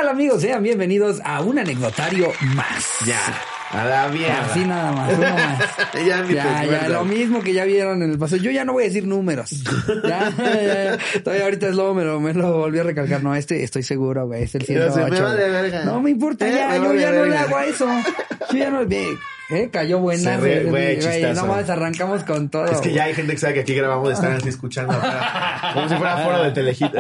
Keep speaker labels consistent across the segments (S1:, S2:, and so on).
S1: amigos? Sean bienvenidos a un anecdotario más.
S2: Ya, a la mierda.
S1: Así nada más, uno más. ya, lo mismo que ya vieron en el pasado. Yo ya no voy a decir números. Ya. Todavía ahorita es me lo volví a recalcar. No, estoy seguro, güey, es el 108.
S2: Me vale verga.
S1: No me importa ya, yo ya no le hago a eso. Yo ya no... cayó buena.
S2: Güey,
S1: nada más arrancamos con todo.
S2: Es que ya hay gente que sabe que aquí grabamos, están así escuchando acá, como si fuera foro del Telehit.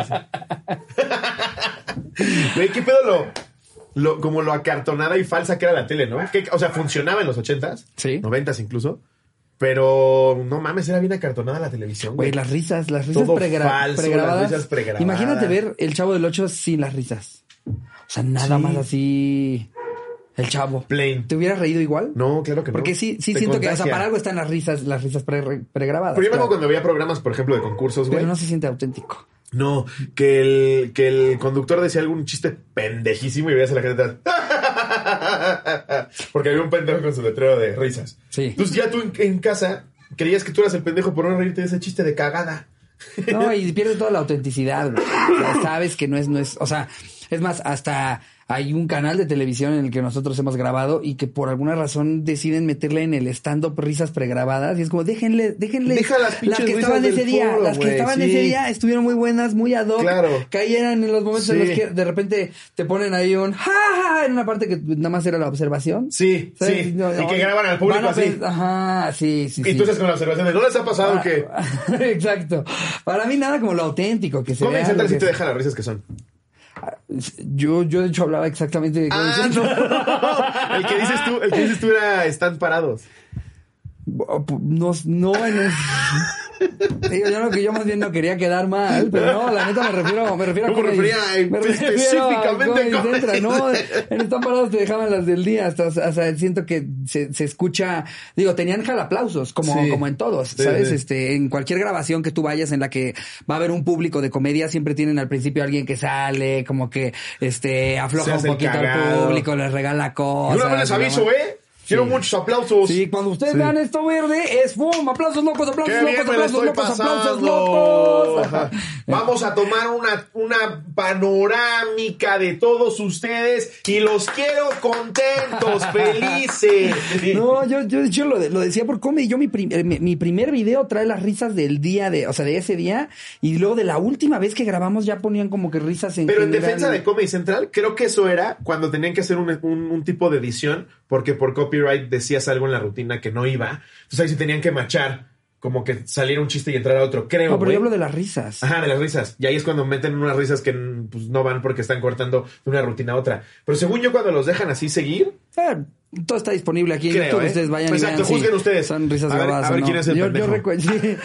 S2: Güey, ¿qué pedo como lo acartonada y falsa que era la tele, ¿no? O sea, funcionaba en los 80s,
S1: sí,
S2: 90s incluso, pero no mames, era bien acartonada la televisión.
S1: Güey, las risas
S2: todo falso,
S1: pregrabadas.
S2: las risas pregrabadas.
S1: Imagínate ver El Chavo del 8 sin las risas. O sea, nada más así... El Chavo.
S2: Plain.
S1: ¿Te hubieras reído igual?
S2: No, claro que no.
S1: Porque sí siento
S2: contagia.
S1: que, o sea, para algo están las risas pregrabadas.
S2: Pero yo me acuerdo cuando veía programas, por ejemplo, de concursos, güey.
S1: Pero no se siente auténtico.
S2: No, que el conductor decía algún chiste pendejísimo y veías a la gente atrás. Porque había un pendejo con su letrero de risas.
S1: Sí.
S2: Entonces ya tú en casa creías que tú eras el pendejo por no reírte de ese chiste de cagada.
S1: No, y pierde toda la autenticidad, güey. O sea, sabes que no es, o sea, es más, hasta hay un canal de televisión en el que nosotros hemos grabado y que por alguna razón deciden meterle en el stand-up risas pregrabadas y es como, déjenle
S2: Deja las
S1: que estaban ese día,
S2: foro,
S1: las que estaban ese día estuvieron muy buenas, muy ad hoc,
S2: claro.
S1: Cayeran en los momentos en los que de repente te ponen ahí un ja en una parte que nada más era la observación.
S2: Sí,
S1: ¿sabes?
S2: sí.
S1: No,
S2: y que graban al público así.
S1: Ajá, sí.
S2: Y tú estás con la observación de, ¿no les ha pasado que...?
S1: Exacto. Para mí nada como lo auténtico que se
S2: Comedy
S1: vea.
S2: Central sí te deja las risas que son.
S1: Yo de hecho hablaba exactamente de Comedy Central.
S2: No. El que dices tú era Están Parados.
S1: No Digo, yo más bien no quería quedar mal, pero no, la neta me refiero a
S2: específicamente a
S1: Comedy Central. No, en Están Parados te dejaban las del día, o sea, siento que se escucha, digo, tenían jalaplausos, como en todos, ¿sabes? Sí. En cualquier grabación que tú vayas en la que va a haber un público de comedia, siempre tienen al principio alguien que sale, como que afloja un poquito al público, les regala cosas.
S2: Yo una vez les aviso, quiero muchos aplausos.
S1: Sí, cuando ustedes vean esto verde, es ¡pum! ¡Aplausos locos, aplausos
S2: ¡qué
S1: locos,
S2: bien me la estoy
S1: aplausos locos!
S2: Vamos a tomar una panorámica de todos ustedes y los quiero contentos, felices.
S1: No, yo de hecho lo decía por comedy. Yo mi primer video trae las risas del día de ese día, y luego de la última vez que grabamos ya ponían como que risas en
S2: Pero
S1: general.
S2: En defensa de Comedy Central, creo que eso era cuando tenían que hacer un tipo de edición, porque por copyright decías algo en la rutina que no iba. Entonces ahí sí tenían que machar, como que saliera un chiste y entrara otro, creo.
S1: No, pero yo hablo de las risas.
S2: Ajá, de las risas. Y ahí es cuando meten unas risas que pues, no van porque están cortando de una rutina a otra. Pero según yo, cuando los dejan así seguir...
S1: todo está disponible aquí en
S2: creo,
S1: YouTube. Ustedes vayan y vean.
S2: Exacto, juzguen ustedes.
S1: Son risas grabadas.
S2: A ver quién es el pendejo.
S1: Yo recuerdo...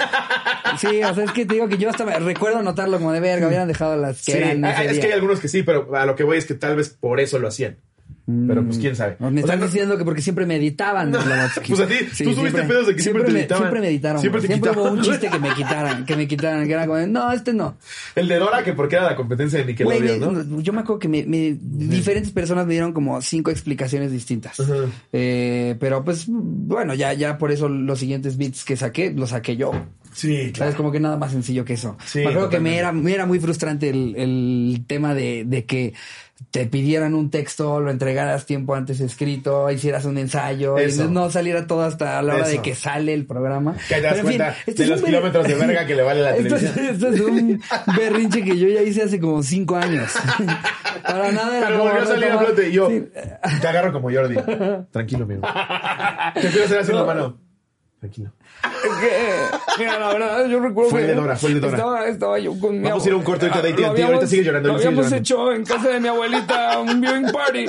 S1: Sí, o sea, es que te digo que yo hasta recuerdo notarlo como de verga. Habían dejado las que eran ese
S2: es
S1: día.
S2: que hay algunos que sí, pero a lo que voy es que tal vez por eso lo hacían. Pero pues quién sabe.
S1: Me están diciendo que porque siempre me editaban.
S2: No. Pues a ti, tú subiste pedos de que siempre te editaban.
S1: Siempre me editaron. Siempre hubo un chiste que me quitaran, que era como, no, no.
S2: El de Dora, que porque era la competencia de Nickelodeon, ¿no?
S1: Yo me acuerdo que diferentes personas me dieron como 5 explicaciones distintas. Uh-huh. Pero pues, bueno, ya por eso los siguientes beats que saqué, los saqué yo.
S2: Sí, claro.
S1: ¿Sabes? Como que nada más sencillo que eso.
S2: Sí,
S1: me acuerdo
S2: totalmente.
S1: que me era muy frustrante el tema de que te pidieran un texto, lo entregaras tiempo antes escrito, hicieras un ensayo,
S2: eso.
S1: Y no saliera todo hasta la hora de que sale el programa.
S2: Que te das cuenta de los kilómetros de verga que le vale la televisión.
S1: Esto es un berrinche que yo ya hice hace como 5 años. Para nada era.
S2: Pero volvió a salir a flote y yo te agarro como Jordi. Tranquilo, amigo. Te quiero hacer así en la mano. Tranquilo.
S1: Mira, la verdad, yo recuerdo
S2: fue el de Dora.
S1: Estaba yo con mi
S2: Vamos a ir a un corte ahorita de AT&T. Ahorita sigue llorando.
S1: Lo habíamos hecho en casa de mi abuelita un viewing party.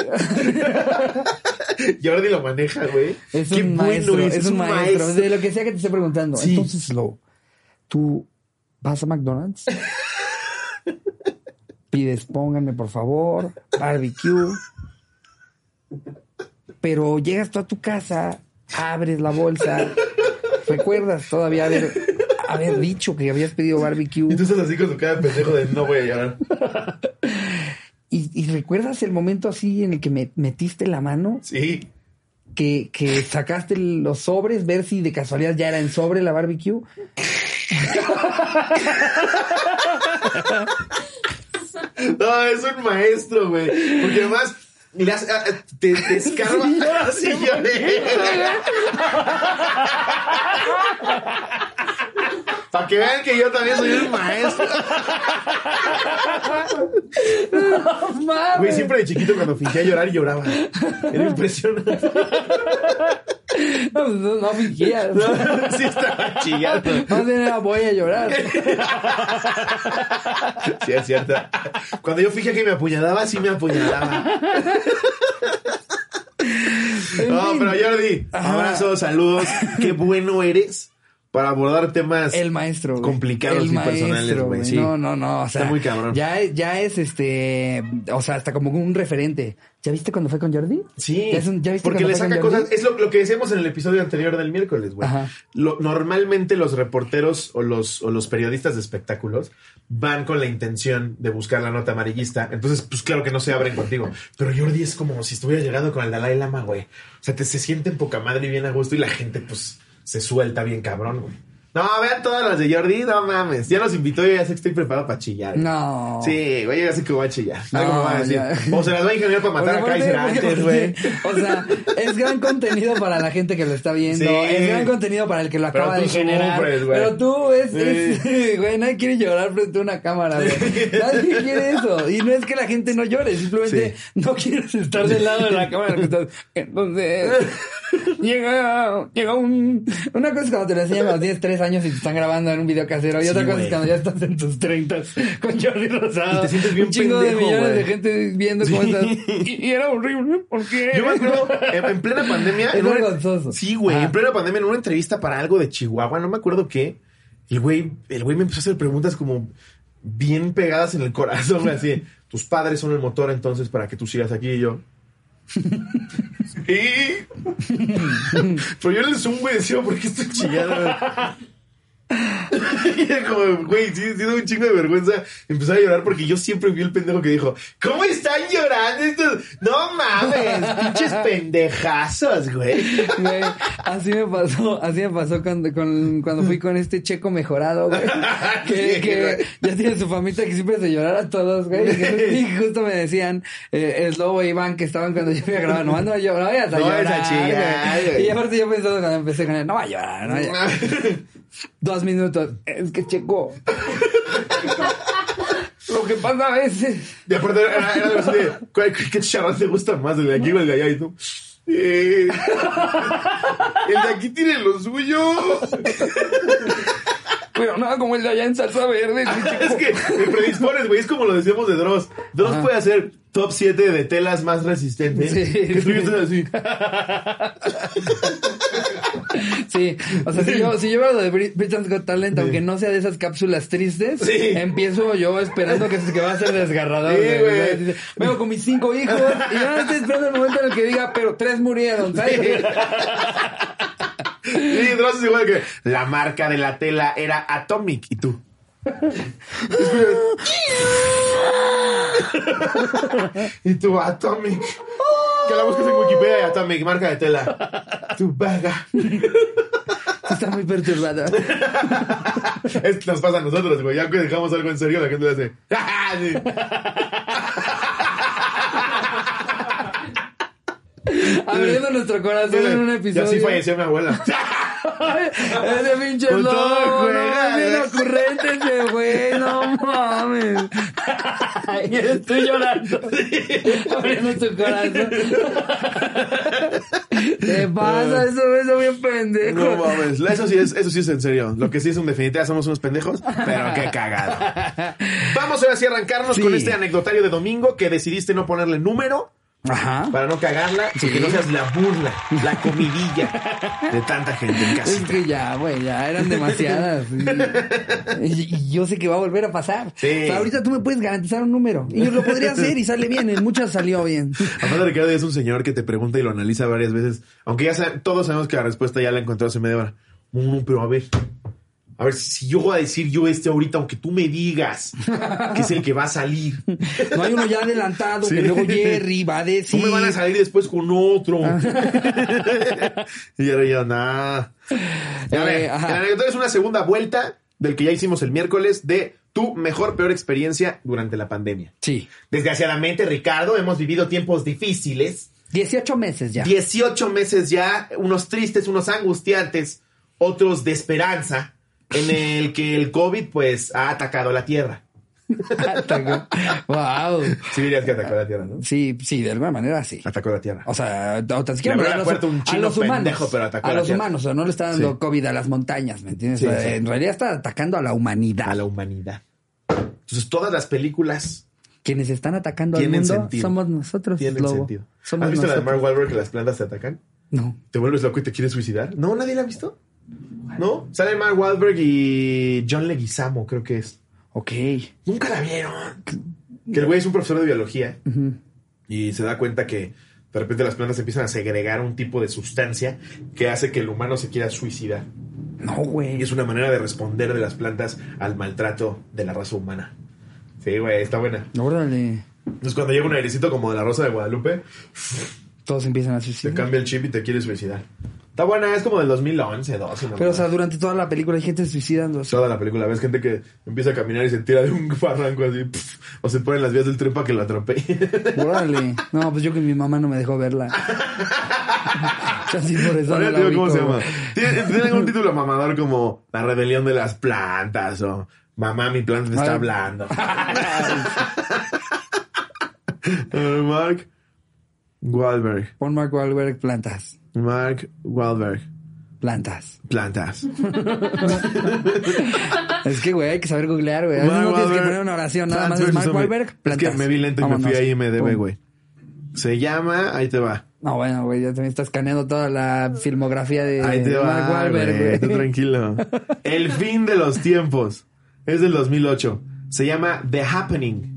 S2: Jordi lo maneja, güey.
S1: Es un maestro. De lo que sea que te esté preguntando. Sí. Entonces, ¿tú vas a McDonald's? Pides, pónganme por favor, barbecue. Pero llegas tú a tu casa, abres la bolsa, recuerdas todavía haber dicho que habías pedido barbecue.
S2: Y tú estás así con tu cara de pendejo de no voy a llorar.
S1: ¿Y recuerdas el momento así en el que metiste la mano?
S2: Sí.
S1: Que sacaste los sobres, ver si de casualidad ya era en sobre la barbecue.
S2: No, es un maestro, güey. Porque además te escarba. Sí, lloré. Para que vean que yo también soy un maestro. Güey, siempre de chiquito cuando fingía llorar, lloraba. Era impresionante.
S1: No fingías.
S2: Sí estaba chillando.
S1: Más bien era voy a llorar.
S2: Sí, es cierto. Cuando yo fingía que me apuñalaba, sí me apuñalaba. No, pero Jordi, abrazos, saludos. Qué bueno eres para abordar temas
S1: el maestro,
S2: complicados y personales, güey. Sí.
S1: No. O sea,
S2: está muy cabrón.
S1: Ya es o sea, hasta como un referente. ¿Ya viste cuando fue con Jordi?
S2: Sí.
S1: ¿Ya viste
S2: porque le saca cosas. Es lo que decíamos en el episodio anterior del miércoles, güey. Normalmente los reporteros o los periodistas de espectáculos van con la intención de buscar la nota amarillista. Entonces, pues claro que no se abren contigo. Pero Jordi es como si estuviera llegando con el Dalai Lama, güey. O sea, se siente en poca madre y bien a gusto y la gente, pues, se suelta bien cabrón, güey. No, vean todas las de Jordi, no mames. Ya nos invitó y ya sé que estoy preparado para chillar.
S1: No.
S2: Sí, güey, ya sé que voy a chillar. No, ¿cómo van a decir? O se las va a ingeniar para matar a Kaiser antes, güey.
S1: O sea, es gran contenido para la gente que lo está viendo. Sí. Es gran contenido para el que lo acaba de generar. Pero tú, güey, nadie quiere llorar frente a una cámara, güey. Nadie quiere eso. Y no es que la gente no llore, simplemente no quieres estar del lado de la cámara. Entonces, llega una cosa es cuando te lo enseñan a los 10, 3 años y te están grabando en un video casero. Y otra cosa es cuando ya estás en tus 30 con Jordi Rosado.
S2: Y te sientes bien
S1: un chingo
S2: pendejo,
S1: de millones
S2: güey.
S1: de gente viendo cómo estás. Y era horrible. ¿Por qué?
S2: Yo me acuerdo, en plena pandemia.
S1: Es vergonzoso.
S2: Sí, güey. En plena pandemia, en una entrevista para algo de Chihuahua, no me acuerdo qué. El güey me empezó a hacer preguntas como bien pegadas en el corazón, güey. Así, tus padres son el motor entonces para que tú sigas aquí. Y yo... Pero yo en el Zoom, güey, decía, ¿por qué estoy chillando, güey? Y era como, güey, sí, da un chingo de vergüenza empezar a llorar porque yo siempre fui el pendejo que dijo, ¿cómo están llorando estos? No mames, pinches pendejazos, güey.
S1: Güey, así me pasó cuando fui con este Checo mejorado, güey. Que ya tiene su famita que siempre hace llorar a todos, güey. Y justo me decían, el Lobo e Iván, que estaban cuando yo fui a grabar, no vayas a llorar, güey. Y aparte yo pensando cuando empecé con él, no va a llorar, no va a llorar. 2 minutos. Es que Checo. Lo que pasa a veces.
S2: Y aparte era así de, ¿qué charras te gusta más? ¿El de aquí o el de allá? Y tú, el de aquí tiene lo suyo.
S1: Pero nada como el de allá en salsa verde.
S2: Es que me predispones, güey. Es como lo decíamos de Dross. Dross puede hacer top 7 de telas más resistentes. Sí. Que tú estás así.
S1: Sí, o sea, si yo veo lo de Britain's Got Talent, aunque no sea de esas cápsulas tristes, empiezo yo esperando que va a ser desgarrador. Sí, güey. Vengo con mis 5 hijos y yo estoy esperando el momento en el que diga, pero 3 murieron, ¿sabes?
S2: Sí, Dross es igual que la marca de la tela era Atomic y tú. Y tú, Atomic. Que la busques en Wikipedia de Atomic, marca de tela. Tu vaga.
S1: Está muy perturbada.
S2: Es que nos pasa a nosotros, güey. Ya que dejamos algo en serio, la gente le hace. Sí.
S1: Abriendo nuestro corazón en un episodio.
S2: Y así falleció mi abuela.
S1: Ese pinche loco, no, bien ocurrente ese güey, no mames. Y estoy llorando, abriendo tu corazón. ¿Qué pasa? Eso bien pendejo.
S2: No mames, eso sí es en serio. Lo que sí es un definitiva, somos unos pendejos, pero qué cagado. Vamos ahora sí a arrancarnos con este anecdotario de domingo que decidiste no ponerle número.
S1: Ajá.
S2: Para no cagarla, y que no seas la burla, la comidilla de tanta gente en casa.
S1: Es que ya, güey, ya eran demasiadas. Y yo sé que va a volver a pasar.
S2: Sí.
S1: O sea, ahorita tú me puedes garantizar un número. Y yo lo podría hacer y sale bien. En muchas salió bien.
S2: Aparte, Ricardo es un señor que te pregunta y lo analiza varias veces. Aunque ya todos sabemos que la respuesta ya la encontró hace media hora. Pero a ver, si yo voy a decir ahorita, aunque tú me digas que es el que va a salir.
S1: No hay uno ya adelantado, que luego Jerry va a decir.
S2: No me van a salir después con otro. Y ahora ya, nada. A ver, el anecdotario es una segunda vuelta del que ya hicimos el miércoles de tu mejor, peor experiencia durante la pandemia.
S1: Sí.
S2: Desgraciadamente, Ricardo, hemos vivido tiempos difíciles.
S1: 18 meses ya.
S2: 18 meses ya, unos tristes, unos angustiantes, otros de esperanza, en el que el COVID, pues, ha atacado la Tierra.
S1: Atacó. Wow.
S2: Sí dirías que atacó la Tierra, ¿no?
S1: Sí, de alguna manera sí.
S2: Atacó la Tierra.
S1: O sea, o tan siquiera
S2: a los humanos. Pendejo, pero atacó
S1: a
S2: la
S1: los
S2: Tierra.
S1: Humanos, o sea, no le está dando COVID a las montañas, ¿me entiendes?
S2: Sí,
S1: En realidad está atacando a la humanidad.
S2: A la humanidad. Entonces, todas las películas...
S1: Quienes están atacando al mundo
S2: sentido.
S1: Somos nosotros,
S2: Tienen
S1: Lobo.
S2: sentido.
S1: Somos
S2: ¿Has visto
S1: nosotros.
S2: la de Mark Wahlberg que las plantas te atacan?
S1: No.
S2: ¿Te vuelves loco y te quieres suicidar? No, ¿nadie la ha visto? ¿No? Sale Mark Wahlberg y John Leguizamo, creo que es.
S1: Ok.
S2: Nunca la vieron. Que el güey es un profesor de biología y se da cuenta que de repente las plantas empiezan a segregar un tipo de sustancia que hace que el humano se quiera suicidar.
S1: No, güey.
S2: Y es una manera de responder de las plantas al maltrato de la raza humana. Sí, güey, está buena.
S1: Órale.
S2: Entonces cuando llega un airecito como de la Rosa de Guadalupe,
S1: Todos empiezan a
S2: te
S1: suicidar.
S2: cambia el chip y te quieres suicidar. Está buena, es como del 2011, 12.
S1: Pero, o sea, durante toda la película hay gente suicidándose.
S2: Toda la película, ves gente que empieza a caminar y se tira de un barranco así, o se pone en las vías del tren para que lo atropelle.
S1: Órale. No, pues yo que mi mamá no me dejó verla. Así por eso
S2: Ahora
S1: no
S2: te
S1: la
S2: digo cómo se
S1: ubico.
S2: llama. Tiene un título mamador como La rebelión de las plantas o Mamá, mi planta te está hablando. Mark Wahlberg.
S1: Pon Mark Wahlberg, plantas.
S2: Mark Wahlberg.
S1: Plantas.
S2: Plantas.
S1: Es que, güey, hay que saber googlear, güey. A veces no tienes que poner una oración, nada más es Mark Wahlberg, plantas.
S2: Es que me vi lento y
S1: Vámonos.
S2: me fui a IMDb,
S1: Pum.
S2: güey. Se llama, ahí te va.
S1: No, bueno, güey, ya también está escaneando toda la filmografía de
S2: Ahí te
S1: Mark
S2: va,
S1: Wahlberg,
S2: güey. Tú
S1: güey.
S2: tranquilo. El fin de los tiempos. Es del 2008. Se llama The Happening.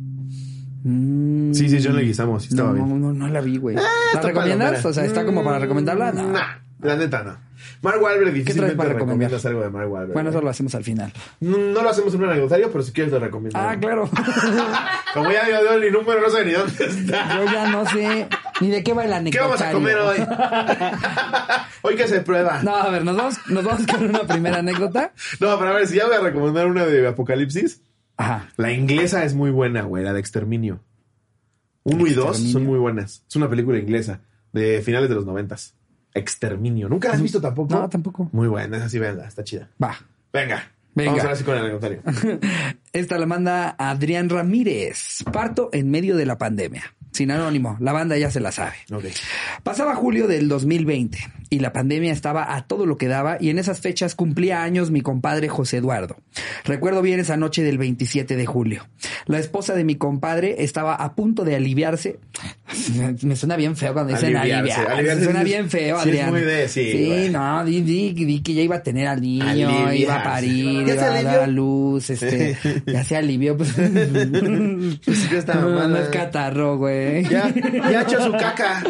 S2: Sí, John Leguizamo. Sí estaba bien.
S1: No la vi, güey. ¿La
S2: está
S1: recomiendas?
S2: palomera.
S1: O sea, ¿está como para recomendarla? No.
S2: Nah, la neta no. Mark Wahlberg
S1: ¿Qué traes
S2: difícilmente
S1: para recomendar?
S2: recomiendas algo de Mark Wahlberg.
S1: Bueno, eso lo hacemos al final.
S2: No lo hacemos en un anecdotario, pero si quieres te recomiendo.
S1: Ah, claro.
S2: Como ya dio ni número, no sé ni dónde está.
S1: Yo ya no sé ni de qué va el
S2: ¿Qué vamos a
S1: anecdotario.
S2: comer hoy? Hoy que se prueba.
S1: No, a ver, nos vamos con una primera anécdota.
S2: No, pero a ver, si ya voy a recomendar una de Apocalipsis.
S1: Ajá.
S2: La inglesa es muy buena, güey, la de Exterminio. 1 y 2 son muy buenas. Es una película inglesa de finales de los 90s. Exterminio. ¿Nunca la has visto tampoco?
S1: No, tampoco.
S2: Muy buena, esa sí, véanla, está chida.
S1: Va.
S2: Venga.
S1: Venga.
S2: Vamos ahora sí con el anecdotario.
S1: Esta la manda Adrián Ramírez. Parto en medio de la pandemia. Sin anónimo, la banda ya se la sabe.
S2: Ok.
S1: Pasaba julio del 2020 y la pandemia estaba a todo lo que daba y en esas fechas cumplía años mi compadre José Eduardo. Recuerdo bien esa noche del 27 de julio. La esposa de mi compadre estaba a punto de aliviarse. Me suena bien feo cuando dicen aliviarse. Suena bien feo,
S2: sí,
S1: Adrián.
S2: es muy de... Sí,
S1: no, di que ya iba a tener al niño,
S2: Aliviarse.
S1: iba a parir,
S2: ¿Ya
S1: iba
S2: se
S1: a dar
S2: alivió?
S1: a luz, ya se alivió. Pues,
S2: Pues ya está mamada.
S1: no es catarro, güey.
S2: Ya ha hecho su caca.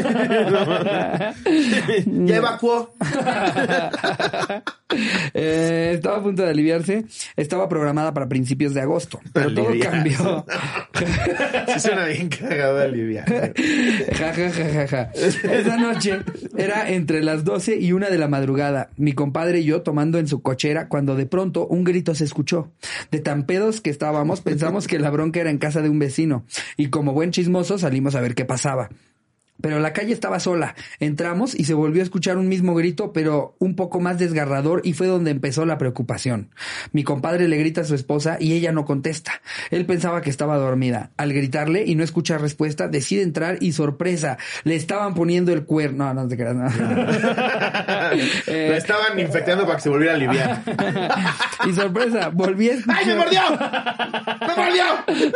S2: Ya evacuó.
S1: Estaba a punto de aliviarse. Estaba programada para principios de agosto. Pero
S2: Aliviarse.
S1: todo cambió.
S2: Sí suena bien cagado de aliviar.
S1: Ja, ja, ja, ja, ja. Esa noche era entre las 12 y 1 de la madrugada. Mi compadre y yo tomando en su cochera cuando de pronto un grito se escuchó. De tan pedos que estábamos, pensamos que la bronca era en casa de un vecino. Y como buen chismoso salimos a ver qué pasaba. Pero la calle estaba sola. Entramos y se volvió a escuchar un mismo grito, pero un poco más desgarrador, y fue donde empezó la preocupación. Mi compadre le grita a su esposa y ella no contesta. Él pensaba que estaba dormida. Al gritarle y no escuchar respuesta, decide entrar y sorpresa, le estaban poniendo el cuerno. No te creas, no.
S2: Lo estaban infectando para que se volviera a aliviar.
S1: Y sorpresa, volví a escuchar...
S2: ¡Ay, me mordió! ¡Me mordió!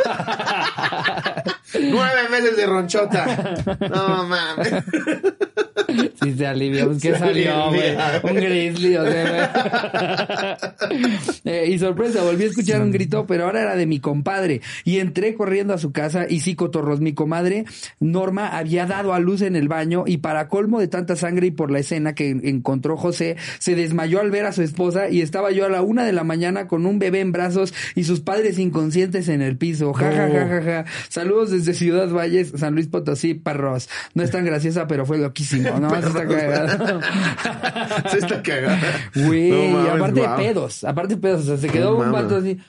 S2: 9 meses de ronchota. No mames.
S1: Sí se alivió. Pues, ¿qué
S2: Se
S1: salió, güey?
S2: alivia.
S1: Un grizzly, o sea, güey. Y sorpresa, volví a escuchar un grito, pero ahora era de mi compadre. Y entré corriendo a su casa y sí, cotorros, mi comadre Norma había dado a luz en el baño y para colmo de tanta sangre y por la escena que encontró José, se desmayó al ver a su esposa y estaba yo a la 1 de la mañana con un bebé en brazos y sus padres inconscientes en el piso. Ja, ja, ja, ja, ja. Saludos desde Ciudad Valles, San Luis Potosí, perros. No es tan graciosa, pero fue loquísimo. No, está cagado.
S2: Sí está cagado.
S1: Güey, no, y aparte de pedos. O sea, se quedó un vato así.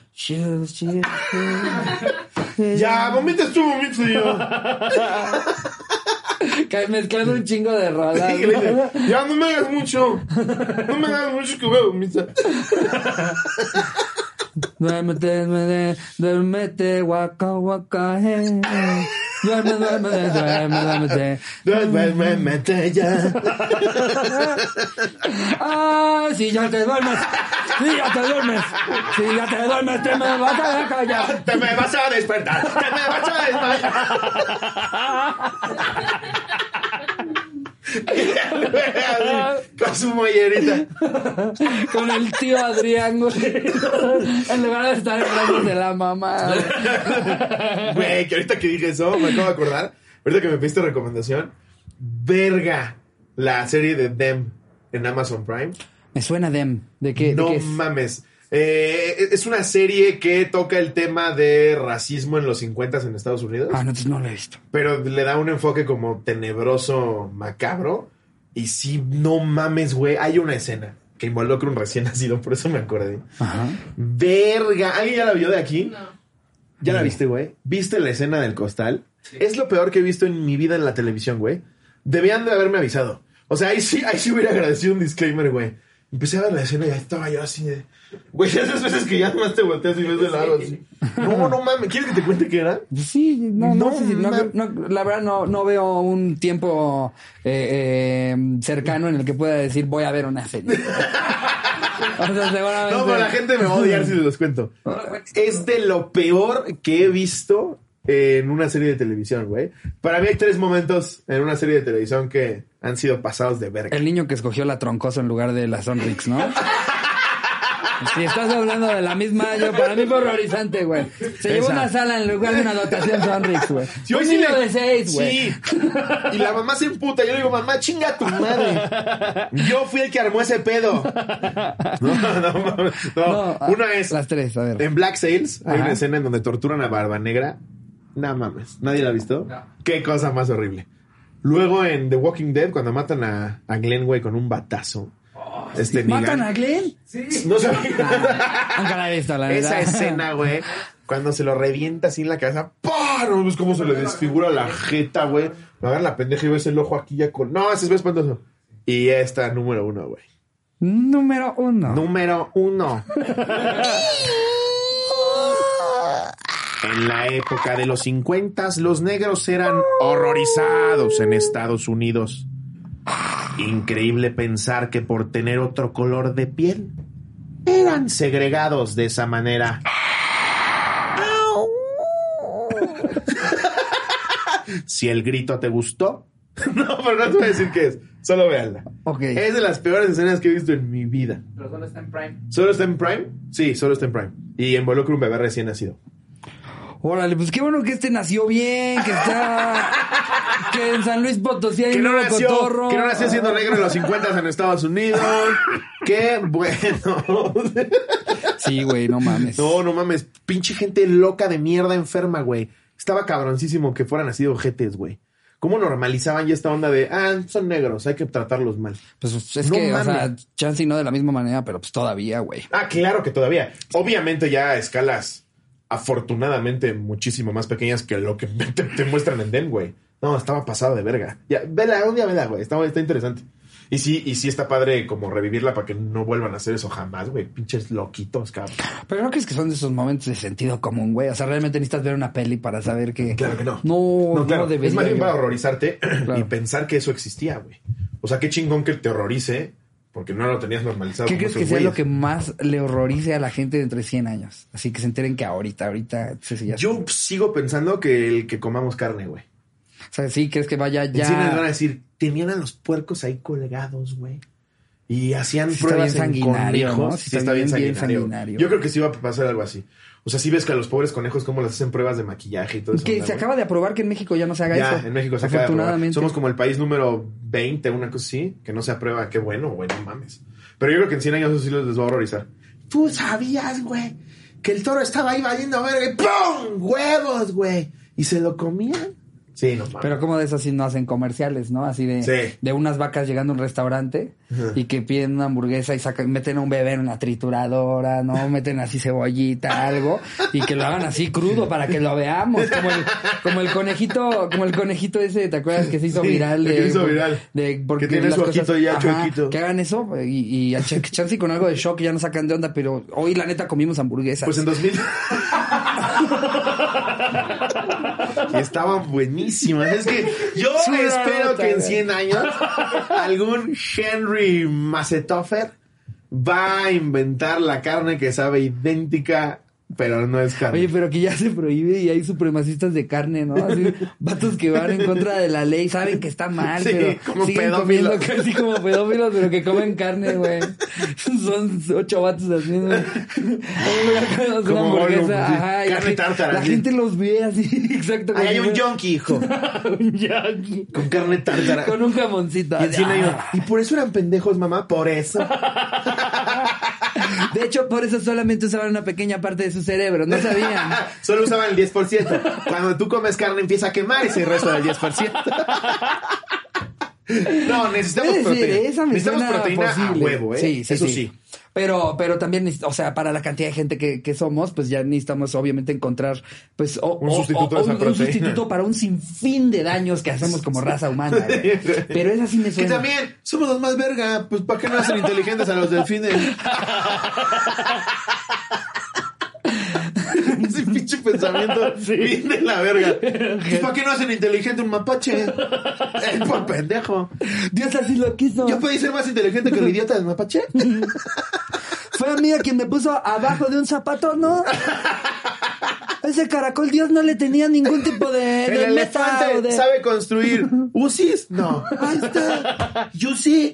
S2: Ya, vomitas tú, vomito yo.
S1: Mezclando un chingo de rolas.
S2: Ya, no me hagas mucho. No me hagas mucho que voy a vomitar.
S1: Duérmete, waka, waka,
S2: Duérmete ya.
S1: Ah, si ya te duermes. Te me vas a callar.
S2: Te me vas a despertar. Te me vas a desmayar. Con su mollerita.
S1: Con el tío Adrián, güey. En lugar de estar en brazos de la mamá.
S2: Güey, que ahorita que dije eso, me acabo de acordar. Ahorita que me pediste recomendación. Verga. La serie de Them en Amazon Prime.
S1: Me suena Them. ¿De qué?
S2: No
S1: ¿de qué es?
S2: mames. Es una serie que toca el tema de racismo en los 50s en Estados Unidos.
S1: Ah, no, entonces no lo he visto.
S2: Pero le da un enfoque como tenebroso, macabro. Y sí, no mames, güey. Hay una escena que involucra un recién nacido, por eso me acordé.
S1: Ajá.
S2: Verga. ¿Alguien ya la vio de aquí?
S3: No.
S2: ¿Ya la viste, güey? ¿Viste la escena del costal? Sí. Es lo peor que he visto en mi vida en la televisión, güey. Debían de haberme avisado. O sea, ahí sí hubiera agradecido un disclaimer, güey. Empecé a ver la escena y ahí estaba yo así de... Güey, esas veces que ya nomás te volteas y ves de lado así. No mames. ¿Quieres que te cuente qué era?
S1: Sí, no sé si... la verdad no veo un tiempo cercano en el que pueda decir voy a ver una serie. O sea, seguramente...
S2: No, pero la gente me va a odiar si los cuento. Es de lo peor que he visto en una serie de televisión, güey. Para mí hay 3 momentos en una serie de televisión que han sido pasados de verga.
S1: El niño que escogió la Troncoso en lugar de la Sonrix, ¿no? Si estás hablando de la misma, para mí fue horrorizante, güey. Se llevó una sala en lugar de una dotación Sonrix, güey.
S2: Sí,
S1: un niño de 6, güey.
S2: Sí. Y la mamá se emputa. Yo le digo, mamá, chinga tu madre. Yo fui el que armó ese pedo. No. Una es...
S1: Las 3, a ver.
S2: En Black Sails hay una escena en donde torturan a Barba Negra. No mames. ¿Nadie la ha visto? No. Qué cosa más horrible. Luego en The Walking Dead, cuando matan a Glenn, güey, con un batazo.
S1: ¿Matan a Glenn?
S2: Sí. No sabía.
S1: Nunca la he visto, la verdad.
S2: Esa escena, güey, cuando se lo revienta así en la cabeza, ¡pah! ¿No ves cómo se le desfigura la jeta, güey? Me agarra la pendeja y ves el ojo aquí ya con... No, ese es espantoso. Y esta, número 1, güey.
S1: Número 1.
S2: Número 1. En la época de los 50, los negros eran horrorizados en Estados Unidos. Increíble pensar que por tener otro color de piel eran segregados de esa manera. Si el grito te gustó, no, pero no te voy a decir qué es. Solo véanla.
S1: Okay.
S2: Es de las peores escenas que he visto en mi vida.
S3: ¿Pero solo está en Prime?
S2: ¿Solo está en Prime? Sí, solo está en Prime. Y involucra un bebé recién nacido.
S1: Órale, pues qué bueno que nació bien, que está... que en San Luis Potosí hay un nuevo cotorro.
S2: Que no nació siendo negro en los 50 en Estados Unidos. ¡Qué bueno!
S1: Sí, güey, no mames.
S2: No mames. Pinche gente loca de mierda enferma, güey. Estaba cabroncísimo que fueran así de ojetes, güey. ¿Cómo normalizaban ya esta onda de, son negros, hay que tratarlos mal?
S1: Pues es no que, mames. O sea, chance no de la misma manera, pero pues todavía, güey.
S2: Claro que todavía. Obviamente ya a escalas afortunadamente muchísimo más pequeñas que lo que te muestran en Dem, güey. No, estaba pasado de verga. Ya, vela, un día vela, güey. Está interesante. Y sí está padre como revivirla para que no vuelvan a hacer eso jamás, güey. Pinches loquitos, cabrón.
S1: Pero no crees que son de esos momentos de sentido común, güey. O sea, realmente necesitas ver una peli para saber que...
S2: Claro que no.
S1: No, claro. No debería.
S2: Es más bien para horrorizarte y pensar que eso existía, güey. O sea, qué chingón que te horrorice porque no lo tenías normalizado.
S1: ¿Qué crees que sea lo que más le horrorice a la gente de entre 100 años? Así que se enteren que ahorita...
S2: Yo sigo pensando que el que comamos carne, güey.
S1: O sea, sí, crees que vaya ya...
S2: Sí, les van a decir, tenían a los puercos ahí colgados, güey. Y hacían pruebas en conejos.
S1: ¿no? Sí, está bien sanguinario.
S2: Yo creo que sí va a pasar algo así. O sea, sí ves que a los pobres conejos cómo les hacen pruebas de maquillaje y todo eso.
S1: Que se acaba de aprobar que en México ya no se haga eso.
S2: Ya, en México se acaba de aprobar. Somos como el país número 20, una cosa así, que no se aprueba. Qué bueno, güey, no mames. Pero yo creo que en 100 años eso sí les va a horrorizar. ¿Tú sabías, güey, que el toro estaba ahí valiendo verga y ¡pum! ¡Huevos, güey! ¿Y se lo comían? Sí, no mames.
S1: Pero como de eso sí no hacen comerciales, ¿no? Así de unas vacas llegando a un restaurante y que piden una hamburguesa y meten a un bebé en una trituradora, ¿no? Meten así cebollita, algo, y que lo hagan así crudo para que lo veamos. Como el conejito ese, ¿te acuerdas que se hizo viral?
S2: Porque tiene su ojito ya chuequito.
S1: Que hagan eso y a chance con algo de shock ya no sacan de onda, pero hoy la neta comimos hamburguesas.
S2: Pues en 2000... Y estaban buenísimas. Es que yo espero que en 100 años algún Henry Massethofer va a inventar la carne que sabe idéntica, pero no es carne.
S1: Oye, pero que ya se prohíbe y hay supremacistas de carne, ¿no? Así, vatos que van en contra de la ley, saben que está mal, pero
S2: como
S1: siguen comiendo casi como pedófilos, pero que comen carne, güey. Son 8 vatos haciendo una hamburguesa. Ajá,
S2: carne tártara.
S1: La gente los ve así, exacto.
S2: Ahí hay un yonki, hijo.
S1: Un yonki.
S2: Con carne tártara.
S1: Con un jamoncito.
S2: Y por eso eran pendejos, mamá, por eso.
S1: De hecho, por eso solamente usaban una pequeña parte de su cerebro, no sabían.
S2: Solo usaban el 10%. Cuando tú comes carne empieza a quemar ese resto del 10%. No, necesitamos proteína. Necesitamos proteína posible. A huevo, ¿eh?
S1: Sí, eso sí. Pero también, o sea, para la cantidad de gente que somos, pues ya necesitamos obviamente encontrar pues
S2: un sustituto
S1: para un sinfín de daños que hacemos como raza humana. ¿Güey? Pero esa sí me suena.
S2: Que también somos los más verga, pues ¿para qué no hacen inteligentes a los delfines? Ese pinche pensamiento bien de la verga. Pues ¿para qué no hacen inteligente un mapache? Por pendejo.
S1: Dios así lo quiso.
S2: ¿Yo podía ser más inteligente que el idiota del mapache?
S1: Fue a mí a quien me puso abajo de un zapato, ¿no? Ese caracol Dios no le tenía ningún tipo de
S2: el elefante sabe construir UCIs. No. Ahí está. UCI.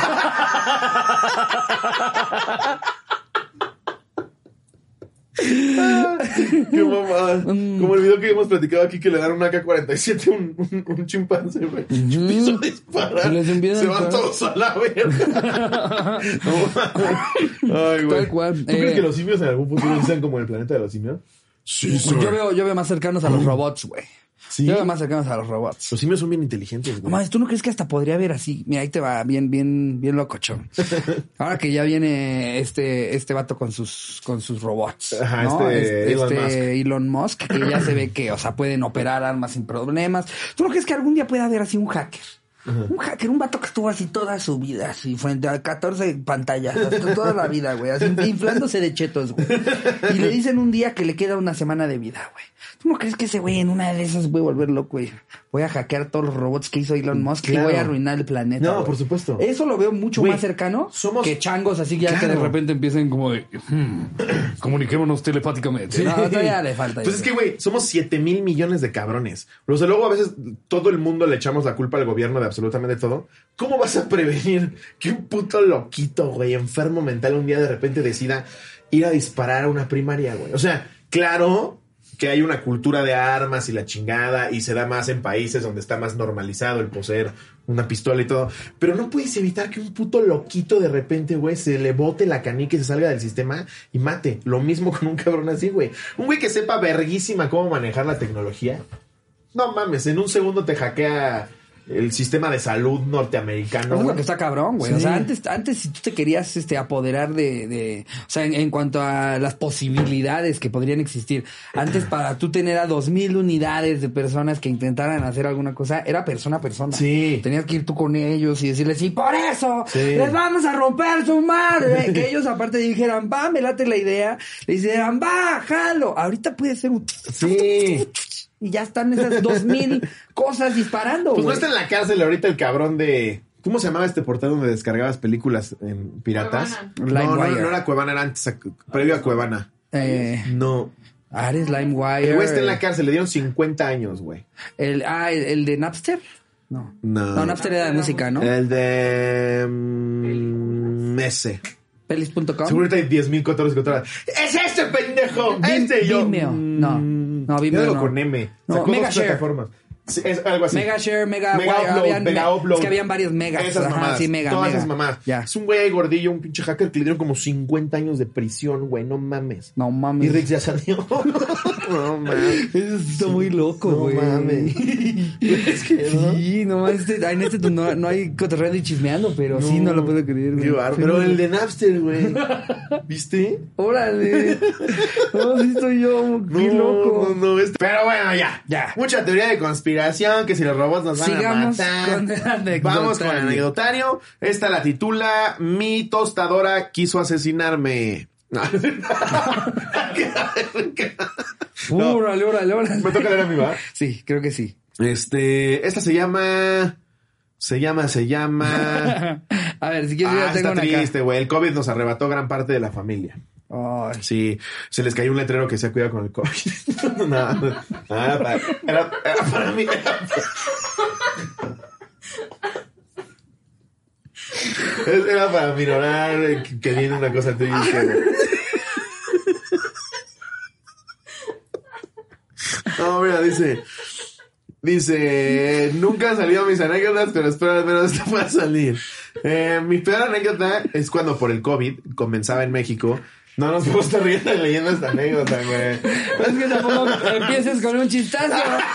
S2: Qué mamada. Como el video que hemos platicado aquí que le dan un AK-47 a un chimpancé, güey. Empieza a disparar. Se van todos a la verga. Ay, güey. ¿Tú crees que los simios en algún futuro sean como el planeta de los simios?
S1: Sí, yo veo más cercanos a los robots, güey. Sí. Yo veo más cercanos a los robots.
S2: Los simios son bien inteligentes, güey.
S1: Mamá, ¿tú no crees que hasta podría haber así? Mira, ahí te va, bien locochón. Ahora que ya viene este vato con sus robots. Ajá, ¿no? Elon Musk, que ya se ve que, o sea, pueden operar armas sin problemas. ¿Tú no crees que algún día pueda haber así un hacker? Un hacker, un vato que estuvo así toda su vida, así, frente a 14 pantallas, hasta toda la vida, güey, así, inflándose de chetos, güey. Y le dicen un día que le queda una semana de vida, güey. ¿Tú no crees que ese güey en una de esas voy a volver loco, güey? Voy a hackear todos los robots que hizo Elon Musk y voy a arruinar el planeta.
S2: No,
S1: güey.
S2: Por supuesto.
S1: Eso lo veo mucho más cercano que changos así ya que de repente empiecen como de... comuniquémonos telepáticamente. Sí. No, todavía le falta.
S2: Pues es que, güey, somos 7,000 millones de cabrones. O sea, luego a veces todo el mundo le echamos la culpa al gobierno de absolutamente todo. ¿Cómo vas a prevenir que un puto loquito, güey, enfermo mental un día de repente decida ir a disparar a una primaria, güey? O sea, claro que hay una cultura de armas y la chingada y se da más en países donde está más normalizado el poseer una pistola y todo, pero no puedes evitar que un puto loquito de repente, güey, se le bote la canica y se salga del sistema y mate. Lo mismo con un cabrón así, güey. Un güey que sepa verguísima cómo manejar la tecnología. No mames, en un segundo te hackea el sistema de salud norteamericano.
S1: Es lo que está cabrón, güey. Sí. O sea, antes si tú te querías apoderar de o sea, en cuanto a las posibilidades que podrían existir, antes para tú tener a 2,000 unidades de personas que intentaran hacer alguna cosa, era persona a persona.
S2: Sí.
S1: Tenías que ir tú con ellos y decirles, y por eso les vamos a romper su madre. Que ellos aparte dijeran, va, me late la idea. Le dijeran, va, jalo. Ahorita puede ser un...
S2: Sí.
S1: Y ya están esas 2,000 cosas disparando,
S2: Pues no está en la cárcel ahorita el cabrón de... ¿Cómo se llamaba este portal donde descargabas películas en piratas? No era Cuevana, era antes, previo a Cuevana. No.
S1: Eres LimeWire.
S2: El güey está en la cárcel, le dieron 50 años, güey.
S1: ¿El de Napster? No, Napster era de música, ¿no?
S2: El de... ese.
S1: Pelis.com.
S2: Seguro hay 10,000 cotorros. ¡Es este pendejo! ¡Este yo!
S1: Vimeo. No, Vimeo
S2: no.
S1: Con
S2: M.
S1: No,
S2: Sacó
S1: Megashare.
S2: 2 plataformas. Sí, es algo así.
S1: Mega Share, Mega
S2: Upload.
S1: Es que habían varios megas.
S2: Esas mamadas.
S1: Sí, Mega.
S2: Todas esas mamadas.
S1: Ya.
S2: Es un güey ahí gordillo, un pinche hacker que le dieron como 50 años de prisión, güey. No mames.
S1: No mames.
S2: Y Rick ya salió. No mames.
S1: Eso está muy loco, güey.
S2: No mames. Es que, ¿no?
S1: Sí, no mames. En este no hay cotorreando y chismeando, pero sí, no lo puedo creer, güey.
S2: Pero el de Napster, güey. ¿Viste?
S1: Órale. No, sí estoy yo. Qué loco.
S2: No. Pero bueno, ya. Mucha teoría de conspiración, que si los robots nos van a matar. Vamos con el anecdotario. Esta la titula Mi tostadora quiso asesinarme. No.
S1: Órale.
S2: ¿Me toca leer a mí, va?
S1: Sí, creo que sí.
S2: Esta se llama.
S1: A ver, si quieres, ya tengo
S2: está
S1: una
S2: triste,
S1: acá.
S2: güey. El COVID nos arrebató gran parte de la familia.
S1: Ay.
S2: Sí, se les cayó un letrero que decía cuidado con el COVID. Nada, era para mí. Era para minorar que viene una cosa triste, güey. No, mira, dice, nunca han salido mis anécdotas, pero espero al menos esto pueda salir. Mi peor anécdota es cuando por el COVID comenzaba en México. No nos podemos estar riendo leyendo esta anécdota, güey.
S1: Es que tampoco empieces con un chistazo.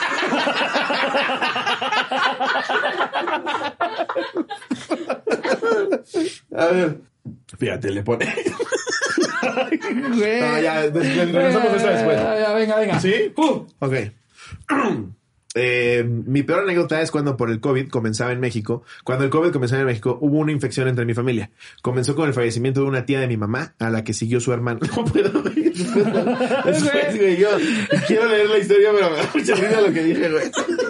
S2: A ver, fíjate, le pone.
S1: Güey.
S2: No, ya, regresamos a eso después.
S1: Ya, venga.
S2: ¿Sí? Ok. Mi peor anécdota es cuando por el COVID comenzaba en México. Cuando el COVID comenzaba en México, hubo una infección entre mi familia. Comenzó con el fallecimiento de una tía de mi mamá, a la que siguió su hermano. No puedo ver. Después, güey, yo quiero leer la historia, pero me da mucha risa lo que dije, güey.